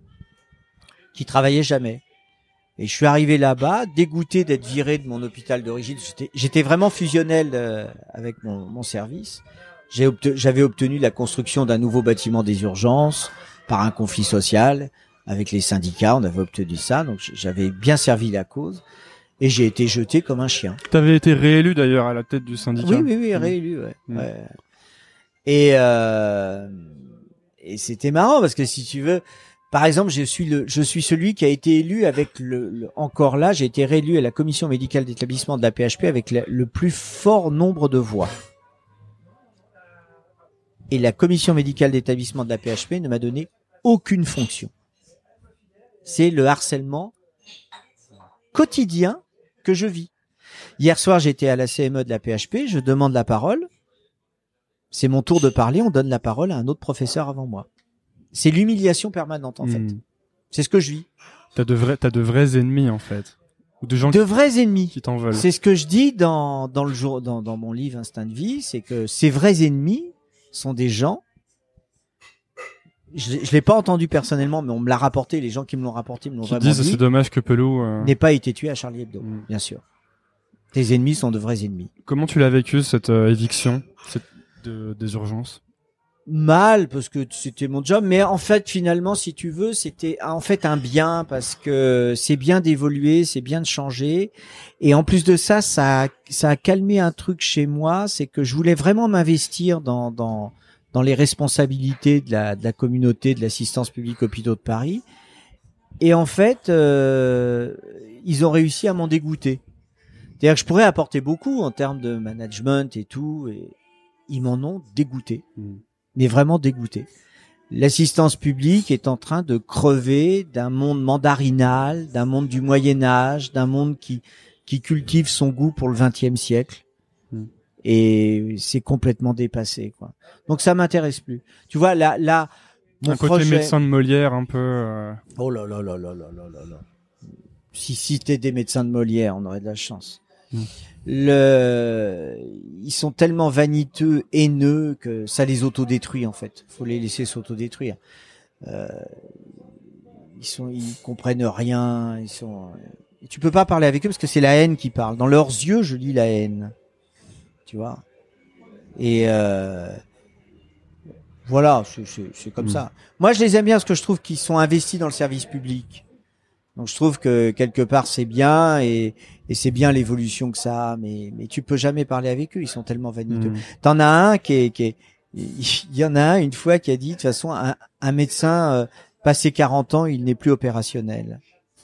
qui travaillait jamais. Et je suis arrivé là-bas, dégoûté d'être viré de mon hôpital d'origine. J'étais vraiment fusionnel avec mon service. J'avais obtenu la construction d'un nouveau bâtiment des urgences par un conflit social. Avec les syndicats, on avait obtenu ça, donc j'avais bien servi la cause, et j'ai été jeté comme un chien. T'avais été réélu d'ailleurs à la tête du syndicat. Oui, réélu, ouais. Ouais. Et c'était marrant parce que si tu veux, par exemple, je suis celui qui a été élu avec encore là, j'ai été réélu à la commission médicale d'établissement de la PHP avec le plus fort nombre de voix. Et la commission médicale d'établissement de la PHP ne m'a donné aucune fonction. C'est le harcèlement quotidien que je vis. Hier soir, j'étais à la CME de la PHP, je demande la parole. C'est mon tour de parler, on donne la parole à un autre professeur avant moi. C'est l'humiliation permanente, en fait. C'est ce que je vis. T'as de vrais ennemis, en fait. Ou de vrais ennemis. Qui t'en veulent. C'est ce que je dis dans mon livre Instinct de vie, c'est que ces vrais ennemis sont des gens. Je l'ai pas entendu personnellement, mais on me l'a rapporté. Les gens qui me l'ont rapporté me l'ont vraiment dit. C'est dommage que Pelloux n'ait pas été tué à Charlie Hebdo, bien sûr. Tes ennemis sont de vrais ennemis. Comment tu l'as vécu cette éviction des urgences? Mal, parce que c'était mon job, mais en fait finalement, si tu veux, c'était en fait un bien, parce que c'est bien d'évoluer, c'est bien de changer, et en plus de ça, ça a calmé un truc chez moi, c'est que je voulais vraiment m'investir dans les responsabilités de la communauté de l'assistance publique hôpitaux de Paris, et en fait, ils ont réussi à m'en dégoûter. C'est-à-dire que je pourrais apporter beaucoup en termes de management et tout, et ils m'en ont dégoûté. Mais vraiment dégoûté. L'assistance publique est en train de crever d'un monde mandarinal, d'un monde du Moyen-Âge, d'un monde qui cultive son goût pour le XXe siècle. Et c'est complètement dépassé, quoi. Donc ça m'intéresse plus. Tu vois, là, mon un côté médecin de Molière, un peu. Oh là là là là là là là là. Si t'es des médecins de Molière, on aurait de la chance. Ils sont tellement vaniteux, haineux que ça les autodétruit en fait. Faut les laisser s'autodétruire. Ils comprennent rien. Et tu peux pas parler avec eux parce que c'est la haine qui parle. Dans leurs yeux, je lis la haine. Tu vois. Et voilà, c'est comme ça. Moi, je les aime bien parce que je trouve qu'ils sont investis dans le service public. Donc, je trouve que quelque part c'est bien et c'est bien l'évolution que ça a. Mais tu peux jamais parler avec eux. Ils sont tellement vaniteux. T'en as un il y en a un une fois qui a dit de toute façon un médecin passé 40 ans, il n'est plus opérationnel.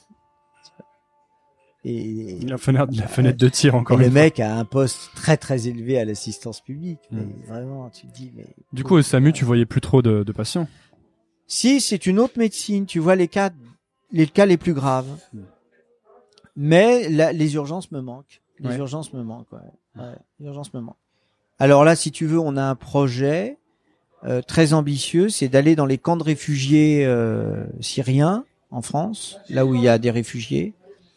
Et la fenêtre de tir encore. Et le mec a un poste très très élevé à l'assistance publique. Mais vraiment, tu te dis. Mais du coup, au SAMU, tu voyais plus trop de patients. Si, c'est une autre médecine. Tu vois les cas les plus graves. Mais les urgences me manquent. Les urgences me manquent. Ouais, les urgences me manquent. Alors là, si tu veux, on a un projet très ambitieux, c'est d'aller dans les camps de réfugiés syriens en France, là où il y a des réfugiés.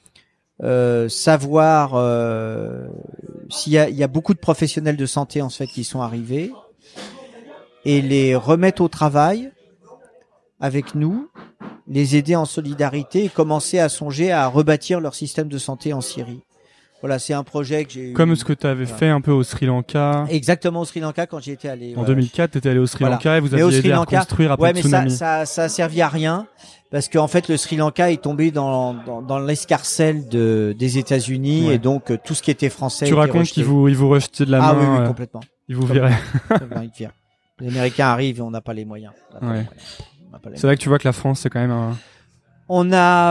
Savoir s'il y a beaucoup de professionnels de santé en fait qui sont arrivés et les remettre au travail avec nous, les aider en solidarité et commencer à songer à rebâtir leur système de santé en Syrie. Voilà, c'est un projet que j'ai comme ce que tu avais fait un peu au Sri Lanka. Exactement, au Sri Lanka quand j'y étais allé. En 2004, tu étais allé au Sri Lanka et vous aviez aidé à reconstruire après le tsunami. Mais ça a servi à rien. Parce qu'en fait, le Sri Lanka est tombé dans l'escarcelle des États-Unis et donc tout ce qui était français. Tu racontes qu'ils vous rejetaient de la main. Ah oui, complètement. Ils vous viraient. Ils virent. Les Américains arrivent et on n'a pas les moyens. C'est vrai que tu vois que la France, c'est quand même un. On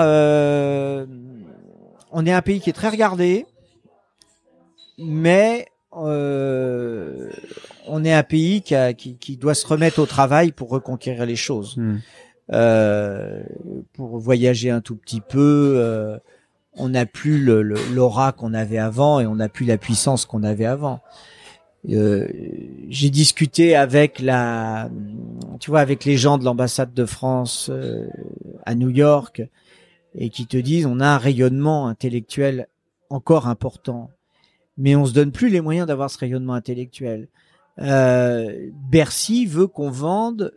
est un pays qui est très regardé, mais on est un pays qui doit se remettre au travail pour reconquérir les choses. Pour voyager un tout petit peu, on n'a plus l'aura qu'on avait avant et on n'a plus la puissance qu'on avait avant. J'ai discuté avec avec les gens de l'ambassade de France à New York et qui te disent on a un rayonnement intellectuel encore important, mais on se donne plus les moyens d'avoir ce rayonnement intellectuel. Bercy veut qu'on vende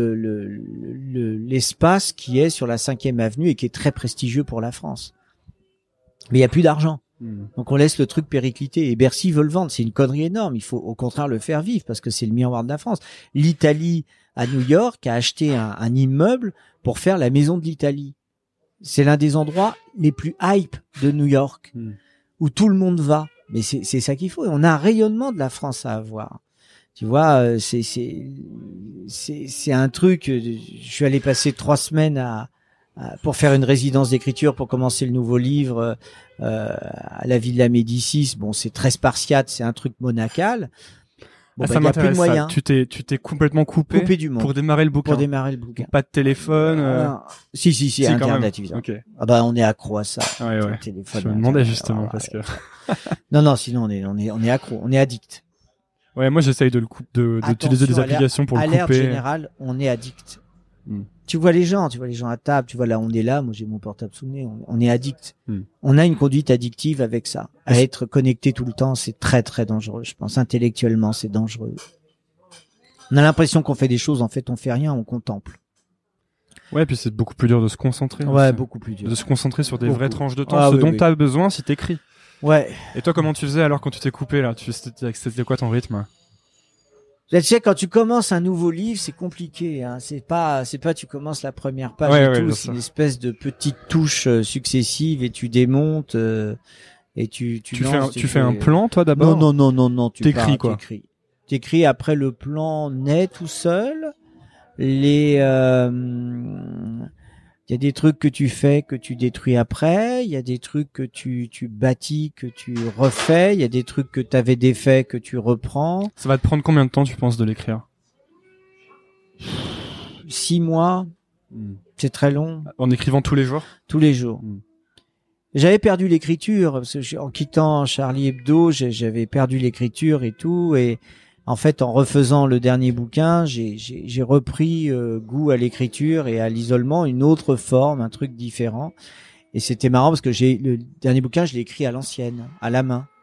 l'espace qui est sur la 5e avenue et qui est très prestigieux pour la France. Mais il y a plus d'argent. Donc on laisse le truc péricliter et Bercy veut le vendre. C'est une connerie énorme. Il faut au contraire le faire vivre parce que c'est le miroir de la France. L'Italie à New York a acheté un immeuble pour faire la maison de l'Italie. C'est l'un des endroits les plus hype de New York où tout le monde va. Mais c'est ça qu'il faut. On a un rayonnement de la France à avoir. Tu vois, c'est un truc. Je suis allé passer 3 semaines pour faire une résidence d'écriture pour commencer le nouveau livre à la Villa Médicis. Bon, c'est très spartiate, c'est un truc monacal. Bon, ça m'intéresse. Plus de moyens. Tu t'es complètement coupé du monde pour démarrer le bouquin. Pas de téléphone. Si, Internet évidemment. Okay. Ah bah on est accro à ça. Ouais. Téléphone, je me demandais justement parce que. non, sinon on est accro, on est addict. Ouais, moi j'essaye d'utiliser des applications pour le couper. À l'ère générale, on est addict. Tu vois les gens à table, tu vois là on est là, moi j'ai mon portable sous le nez, on est addict. On a une conduite addictive avec ça. À être connecté tout le temps, c'est très très dangereux, je pense. Intellectuellement, c'est dangereux. On a l'impression qu'on fait des choses, en fait on fait rien, on contemple. Ouais, puis c'est beaucoup plus dur de se concentrer. Ouais, beaucoup plus dur. De se concentrer sur des vraies tranches de temps, dont t'as besoin si t'écris. Ouais. Et toi, comment tu faisais alors quand tu t'es coupé là? C'était quoi ton rythme? Là, tu sais, quand tu commences un nouveau livre, c'est compliqué, hein. C'est pas, tu commences la première page et tout. C'est une espèce de petites touches successives et tu démontes, et tu fais un plan, toi, d'abord? Non, t'écris quoi? T'écris après le plan naît tout seul. Il y a des trucs que tu fais, que tu détruis après. Il y a des trucs que tu bâtis, que tu refais. Il y a des trucs que tu avais défaits, que tu reprends. Ça va te prendre combien de temps, tu penses, de l'écrire? 6 mois. C'est très long. En écrivant tous les jours? Tous les jours. J'avais perdu l'écriture, parce que en quittant Charlie Hebdo, j'avais perdu l'écriture et tout. Et en fait, en refaisant le dernier bouquin, j'ai repris goût à l'écriture et à l'isolement, une autre forme, un truc différent. Et c'était marrant parce que le dernier bouquin, je l'ai écrit à l'ancienne, à la main.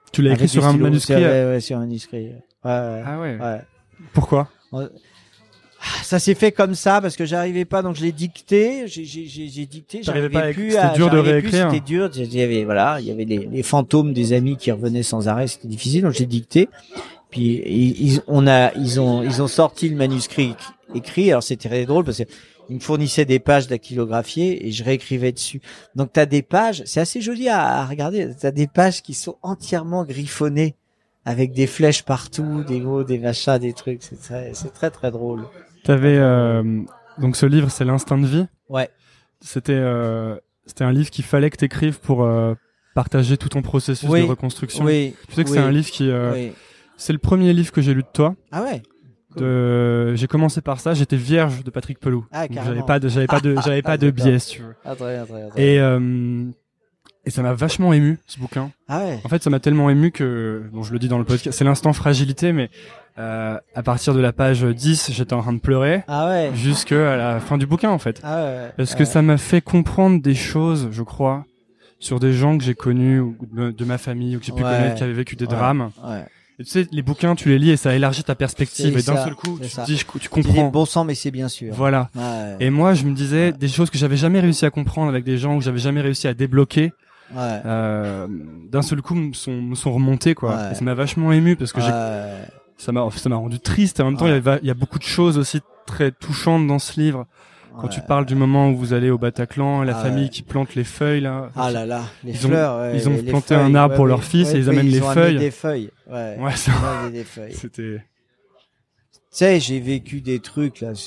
Tu l'as écrit sur un manuscrit? Ouais, sur un manuscrit. Ouais. Ah ouais. Ouais. Pourquoi? Ça s'est fait comme ça parce que j'arrivais pas, donc je l'ai dicté. J'ai dicté. T'arrivais pas Plus. C'était dur de réécrire. C'était dur. Il y avait les fantômes des amis qui revenaient sans arrêt. C'était difficile, donc j'ai dicté. Puis ils ont sorti le manuscrit écrit. Alors c'était très drôle parce que ils me fournissaient des pages dactylographiées et je réécrivais dessus. Donc t'as des pages, c'est assez joli à regarder. T'as des pages qui sont entièrement griffonnées avec des flèches partout, des mots, des machins, des trucs. C'est très très drôle. T'avais donc ce livre, c'est l'Instinct de vie. Ouais. C'était un livre qu'il fallait que t'écrives pour partager tout ton processus de reconstruction. Oui. Tu sais que c'est un livre qui oui. C'est le premier livre que j'ai lu de toi. Ah ouais. J'ai commencé par ça, j'étais vierge de Patrick Pelloux. Ah, donc j'avais pas de biais, si tu veux. Ah, très bien. Et ça m'a vachement ému, ce bouquin. Ah ouais. En fait, ça m'a tellement ému que, bon, je le dis dans le podcast, c'est l'instant fragilité, mais à partir de la page 10, j'étais en train de pleurer. Ah ouais. Jusqu'à la fin du bouquin, en fait. Ah ouais. Parce que ça m'a fait comprendre des choses, je crois, sur des gens que j'ai connus, ou de ma famille, ou que j'ai pu connaître, qui avaient vécu des drames. Ouais. Et tu sais, les bouquins, tu les lis et ça élargit ta perspective. Et d'un seul coup, tu te dis, tu comprends. Tu dis bon sang, mais c'est bien sûr. Voilà. Ouais. Et moi, je me disais des choses que j'avais jamais réussi à comprendre avec des gens, que j'avais jamais réussi à débloquer. Ouais. D'un seul coup, me sont remontés, quoi. Ouais. Et ça m'a vachement ému parce que ça m'a rendu triste. Et en même temps, il y a beaucoup de choses aussi très touchantes dans ce livre. Quand tu parles du moment où vous allez au Bataclan, la famille qui plante les feuilles, là. Ah là là, les fleurs. Ils ont planté un arbre pour leur fils et ils amènent les feuilles. Des feuilles. Ouais. Ça. Des feuilles. C'était. Tu sais, j'ai vécu des trucs là.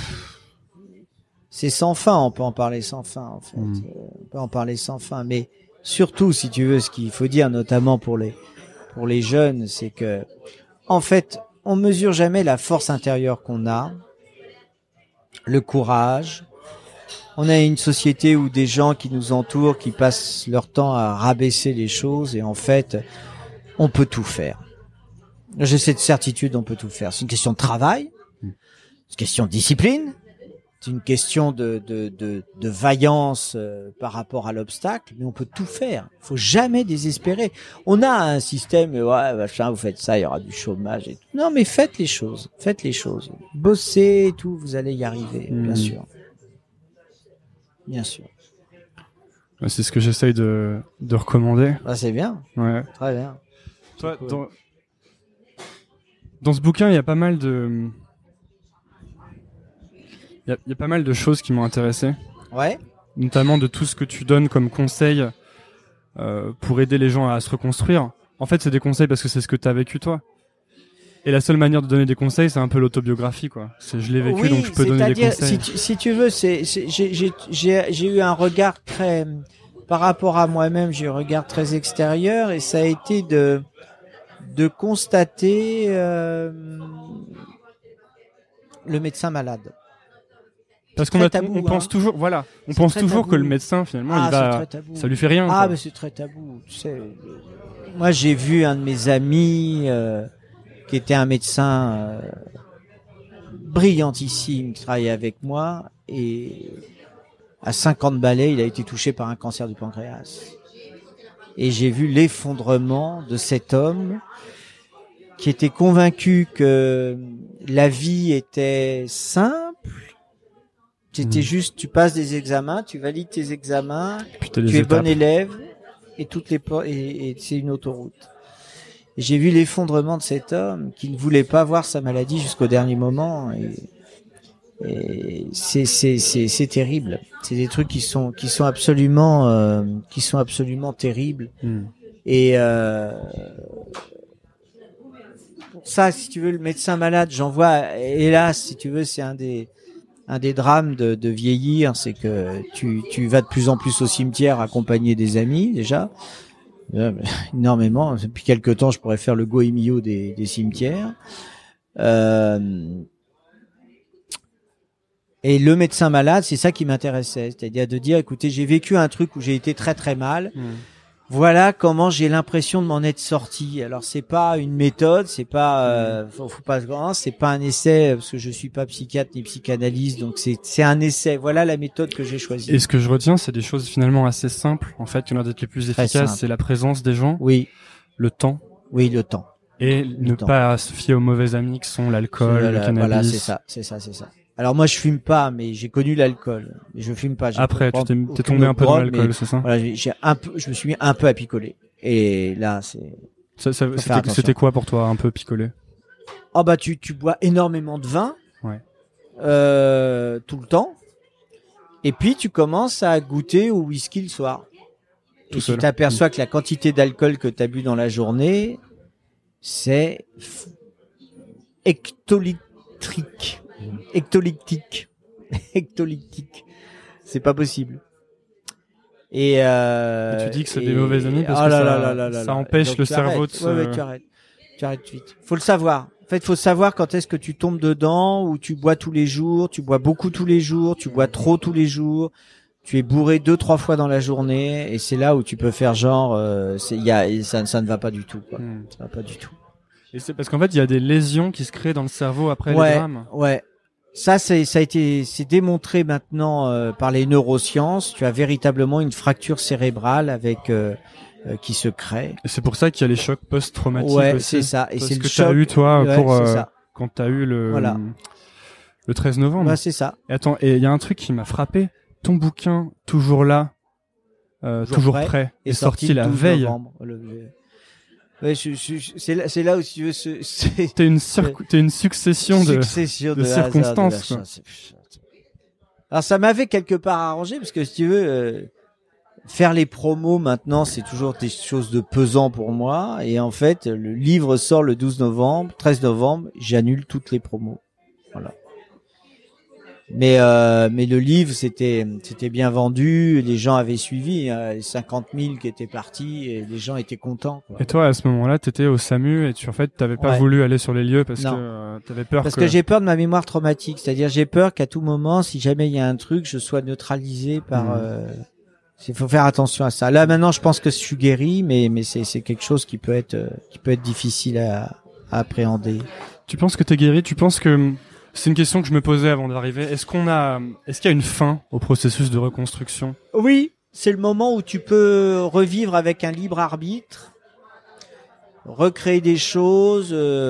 C'est sans fin. On peut en parler sans fin, en fait. On peut en parler sans fin. Mais surtout, si tu veux, ce qu'il faut dire, notamment pour les jeunes, c'est que, en fait, on mesure jamais la force intérieure qu'on a. Le courage. On a une société où des gens qui nous entourent, qui passent leur temps à rabaisser les choses, et en fait, on peut tout faire. J'ai cette certitude, on peut tout faire. C'est une question de travail, c'est une question de discipline, c'est une question de vaillance par rapport à l'obstacle, mais on peut tout faire. Il faut jamais désespérer. On a un système, machin, vous faites ça, il y aura du chômage et tout. Non, mais faites les choses. Bossez et tout, vous allez y arriver, bien sûr. Bien sûr. C'est ce que j'essaye de recommander. Ah, c'est bien. Ouais. Très bien. Toi, cool. Dans ce bouquin, il y a pas mal de... Il y a pas mal de choses qui m'ont intéressé. Ouais. Notamment de tout ce que tu donnes comme conseil pour aider les gens à se reconstruire. En fait, c'est des conseils parce que c'est ce que tu as vécu toi. Et la seule manière de donner des conseils, c'est un peu l'autobiographie, quoi. Je l'ai vécu, donc je peux donner des conseils. Si tu veux, j'ai eu un regard très, par rapport à moi-même, j'ai eu un regard très extérieur, et ça a été de constater le médecin malade. Parce qu'on pense toujours, voilà, on pense toujours tabou. Que le médecin finalement, ça lui fait rien. Ah, mais c'est très tabou. Tu sais, moi j'ai vu un de mes amis qui était un médecin brillantissime qui travaillait avec moi, et à 50 balais, il a été touché par un cancer du pancréas. Et j'ai vu l'effondrement de cet homme qui était convaincu que la vie était simple. C'était juste, tu passes des examens, tu valides tes examens, tu es bon élève, et et c'est une autoroute. Et j'ai vu l'effondrement de cet homme qui ne voulait pas voir sa maladie jusqu'au dernier moment, et c'est terrible. C'est des trucs qui sont absolument terribles. Et ça, si tu veux, le médecin malade, j'en vois, hélas, si tu veux, c'est un des drames de vieillir, c'est que tu vas de plus en plus au cimetière accompagner des amis, déjà. Énormément. Depuis quelque temps, je pourrais faire le goemio des cimetières. Et le médecin malade, c'est ça qui m'intéressait. C'est-à-dire de dire, écoutez, j'ai vécu un truc où j'ai été très très mal. Voilà comment j'ai l'impression de m'en être sorti. Alors c'est pas une méthode, c'est pas faut pas c'est pas un essai, parce que je suis pas psychiatre ni psychanalyste, donc c'est un essai. Voilà la méthode que j'ai choisie. Et ce que je retiens, c'est des choses finalement assez simples. En fait, qui ont l'air d'être les plus efficaces, c'est la présence des gens. Oui. Le temps. Oui, le temps. Et ne pas se fier aux mauvais amis qui sont l'alcool, le cannabis. Voilà, c'est ça. Alors moi je fume pas, mais j'ai connu l'alcool. Je fume pas. Après, t'es tombé un peu dans l'alcool, c'est ça? Voilà, je me suis mis un peu à picoler. Et là, c'était quoi pour toi, un peu picoler? Oh bah tu bois énormément de vin. Ouais. Tout le temps. Et puis tu commences à goûter au whisky le soir. Et tu t'aperçois que la quantité d'alcool que t'as bu dans la journée, c'est hectolytique. C'est pas possible. Et tu dis que c'est des mauvais amis parce que ça empêche donc, le cerveau de se... Ouais, tu arrêtes tout de suite. Faut le savoir. En fait, faut savoir quand est-ce que tu tombes dedans, ou tu bois tous les jours, tu bois beaucoup tous les jours, tu bois trop tous les jours, tu es bourré 2-3 fois dans la journée, et c'est là où tu peux faire genre, ça ne va pas du tout, quoi. Ça va pas du tout. Et c'est parce qu'en fait, il y a des lésions qui se créent dans le cerveau après les drames. Ouais. Ça a été, c'est démontré maintenant par les neurosciences. Tu as véritablement une fracture cérébrale avec qui se crée. Et c'est pour ça qu'il y a les chocs post-traumatiques aussi. C'est ça. Et c'est ce le que choc. T'as eu toi quand t'as eu le 13 novembre. Ouais, c'est ça. Et attends, et il y a un truc qui m'a frappé. Ton bouquin, toujours là, toujours prêt, est sorti la veille. Novembre. Ouais, c'est là où tu veux t'es une succession de circonstances. Quoi. Alors ça m'avait quelque part arrangé parce que si tu veux faire les promos maintenant, c'est toujours des choses de pesant pour moi, et en fait, le livre sort le 13 novembre, j'annule toutes les promos. Voilà. Mais le livre c'était bien vendu, les gens avaient suivi, 50 000 qui étaient partis et les gens étaient contents, quoi. Et toi à ce moment-là t'étais au SAMU et t'avais pas voulu aller sur les lieux parce que t'avais peur que j'ai peur de ma mémoire traumatique, c'est-à-dire j'ai peur qu'à tout moment, si jamais il y a un truc, je sois neutralisé par il faut faire attention à ça. Là maintenant je pense que je suis guéri, mais c'est quelque chose qui peut être difficile à appréhender. Tu penses que t'es guéri? Tu penses que c'est une question que je me posais avant d'arriver. Est-ce qu'il y a une fin au processus de reconstruction? Oui, c'est le moment où tu peux revivre avec un libre arbitre, recréer des choses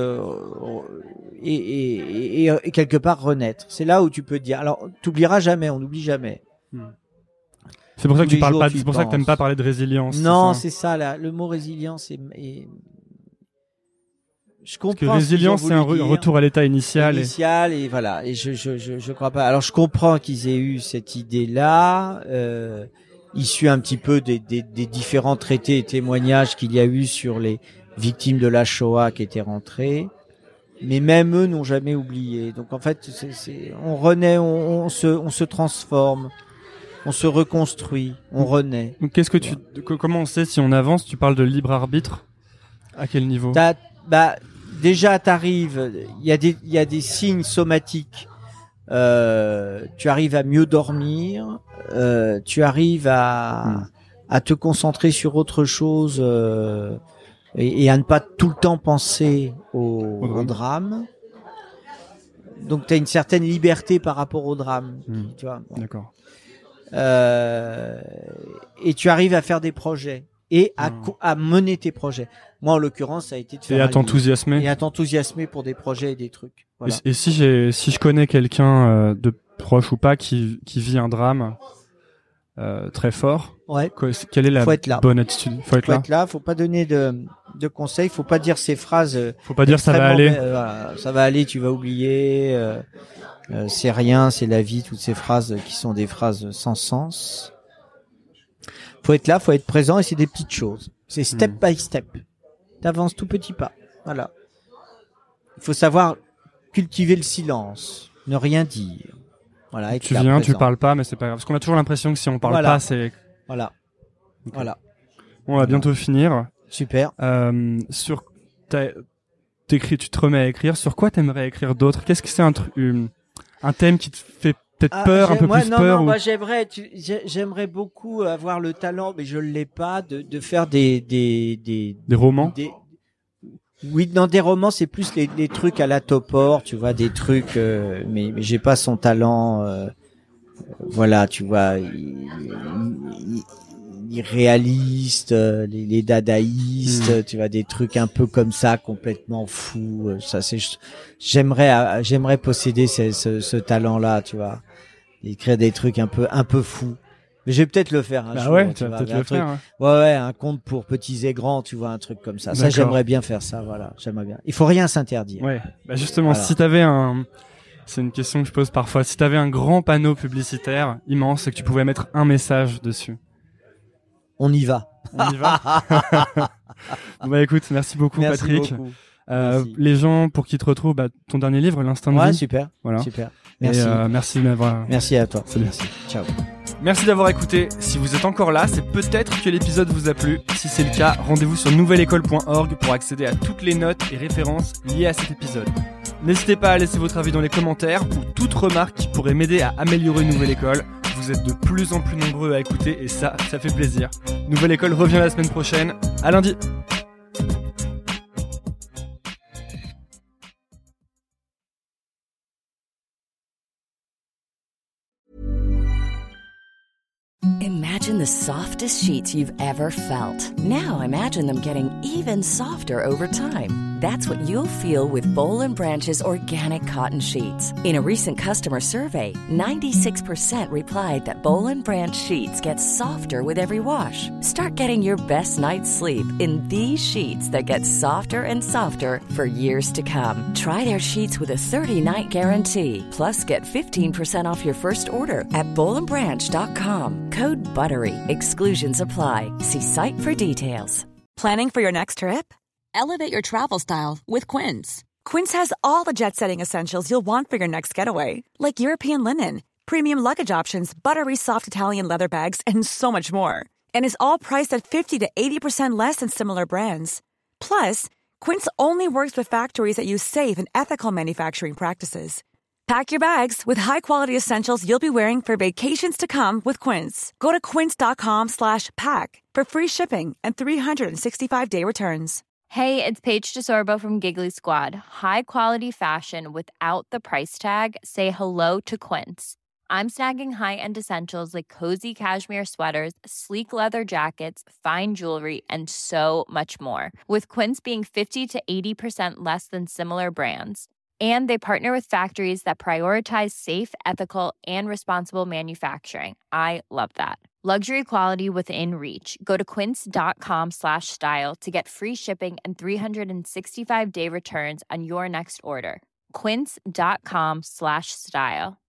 et quelque part renaître. C'est là où tu peux te dire. Alors, t'oublieras jamais, on n'oublie jamais. C'est pour ça que tu parles pas. C'est pour ça que t'aimes pas parler de résilience. Non, c'est ça là. Le mot résilience est... Je comprends. Parce que résilience, c'est un retour à l'état initial. Et voilà. Et je crois pas. Alors, je comprends qu'ils aient eu cette idée-là, issue un petit peu des différents traités et témoignages qu'il y a eu sur les victimes de la Shoah qui étaient rentrées. Mais même eux n'ont jamais oublié. Donc, en fait, on renaît, on se transforme, on se reconstruit, on renaît. Donc, comment on sait si on avance? Tu parles de libre arbitre. À quel niveau? Déjà, t'arrives, il y a des signes somatiques. Tu arrives à mieux dormir, tu arrives à te concentrer sur autre chose et à ne pas tout le temps penser au drame. Donc, t'as une certaine liberté par rapport au drame. Tu vois. Bon. D'accord. Et tu arrives à faire des projets. Et à mener tes projets. Moi, en l'occurrence, ça a été de faire et à t'enthousiasmer pour des projets et des trucs. Voilà. Et si je connais quelqu'un de proche ou pas qui vit un drame très fort, quelle est la bonne attitude? Faut être là. Faut pas donner de conseils, faut pas dire ces phrases. Faut pas dire ça va aller. Ça va aller, tu vas oublier. C'est rien, c'est la vie. Toutes ces phrases qui sont des phrases sans sens. Faut être là, faut être présent, et c'est des petites choses. C'est step by step. T'avances tout petit pas. Voilà. Il faut savoir cultiver le silence, ne rien dire. Voilà. Tu viens, tu parles pas, mais c'est pas grave. Parce qu'on a toujours l'impression que si on parle pas, c'est... Voilà. Okay. Voilà. On va bientôt finir. Super. Tu te remets à écrire. Sur quoi t'aimerais écrire d'autres? Qu'est-ce que c'est un thème qui te fait peut-être peur, un peu plus peur? Moi, j'aimerais beaucoup avoir le talent, mais je l'ai pas, de faire des romans. Oui, dans des romans, c'est plus les trucs à la Topor, tu vois, des trucs, mais j'ai pas son talent. Voilà, tu vois. irréalistes, les dadaïstes, tu vois, des trucs un peu comme ça, complètement fous. Ça, j'aimerais posséder ce talent-là, tu vois, écrire des trucs un peu fous. Mais je vais peut-être le faire un jour. Ouais, tu vas peut-être le faire. Hein. Ouais, un conte pour petits et grands, tu vois, un truc comme ça. D'accord. Ça, j'aimerais bien faire ça, voilà. J'aimerais bien. Il faut rien s'interdire. Ouais. Bah justement, voilà. Si t'avais c'est une question que je pose parfois. Si t'avais un grand panneau publicitaire immense et que tu pouvais mettre un message dessus. On y va. On y va. Bah écoute, merci beaucoup, Patrick. Beaucoup. Les gens pour qui te retrouvent, ton dernier livre, L'Instinct de vie. Ouais, super. Voilà. Super. Merci. Et merci de m'avoir. Merci à toi. Salut. Merci. Ciao. Merci d'avoir écouté. Si vous êtes encore là, c'est peut-être que l'épisode vous a plu. Si c'est le cas, rendez-vous sur nouvelleécole.org pour accéder à toutes les notes et références liées à cet épisode. N'hésitez pas à laisser votre avis dans les commentaires ou toute remarque qui pourrait m'aider à améliorer Nouvelle École. Vous êtes de plus en plus nombreux à écouter et ça fait plaisir. Nouvelle École revient la semaine prochaine. À lundi. Imagine the softest sheets you've ever felt. Now imagine them getting even softer over time. That's what you'll feel with Boll & Branch's organic cotton sheets. In a recent customer survey, 96% replied that Boll & Branch sheets get softer with every wash. Start getting your best night's sleep in these sheets that get softer and softer for years to come. Try their sheets with a 30-night guarantee. Plus, get 15% off your first order at bollandbranch.com. Code BUTTERY. Exclusions apply. See site for details. Planning for your next trip? Elevate your travel style with Quince. Quince has all the jet-setting essentials you'll want for your next getaway, like European linen, premium luggage options, buttery soft Italian leather bags, and so much more. And is all priced at 50 to 80% less than similar brands. Plus, Quince only works with factories that use safe and ethical manufacturing practices. Pack your bags with high-quality essentials you'll be wearing for vacations to come with Quince. Go to quince.com/pack for free shipping and 365-day returns. Hey, it's Paige DeSorbo from Giggly Squad. High quality fashion without the price tag. Say hello to Quince. I'm snagging high-end essentials like cozy cashmere sweaters, sleek leather jackets, fine jewelry, and so much more. With Quince being 50 to 80% less than similar brands. And they partner with factories that prioritize safe, ethical, and responsible manufacturing. I love that. Luxury quality within reach. Go to quince.com/style to get free shipping and 365-day returns on your next order. Quince.com/style.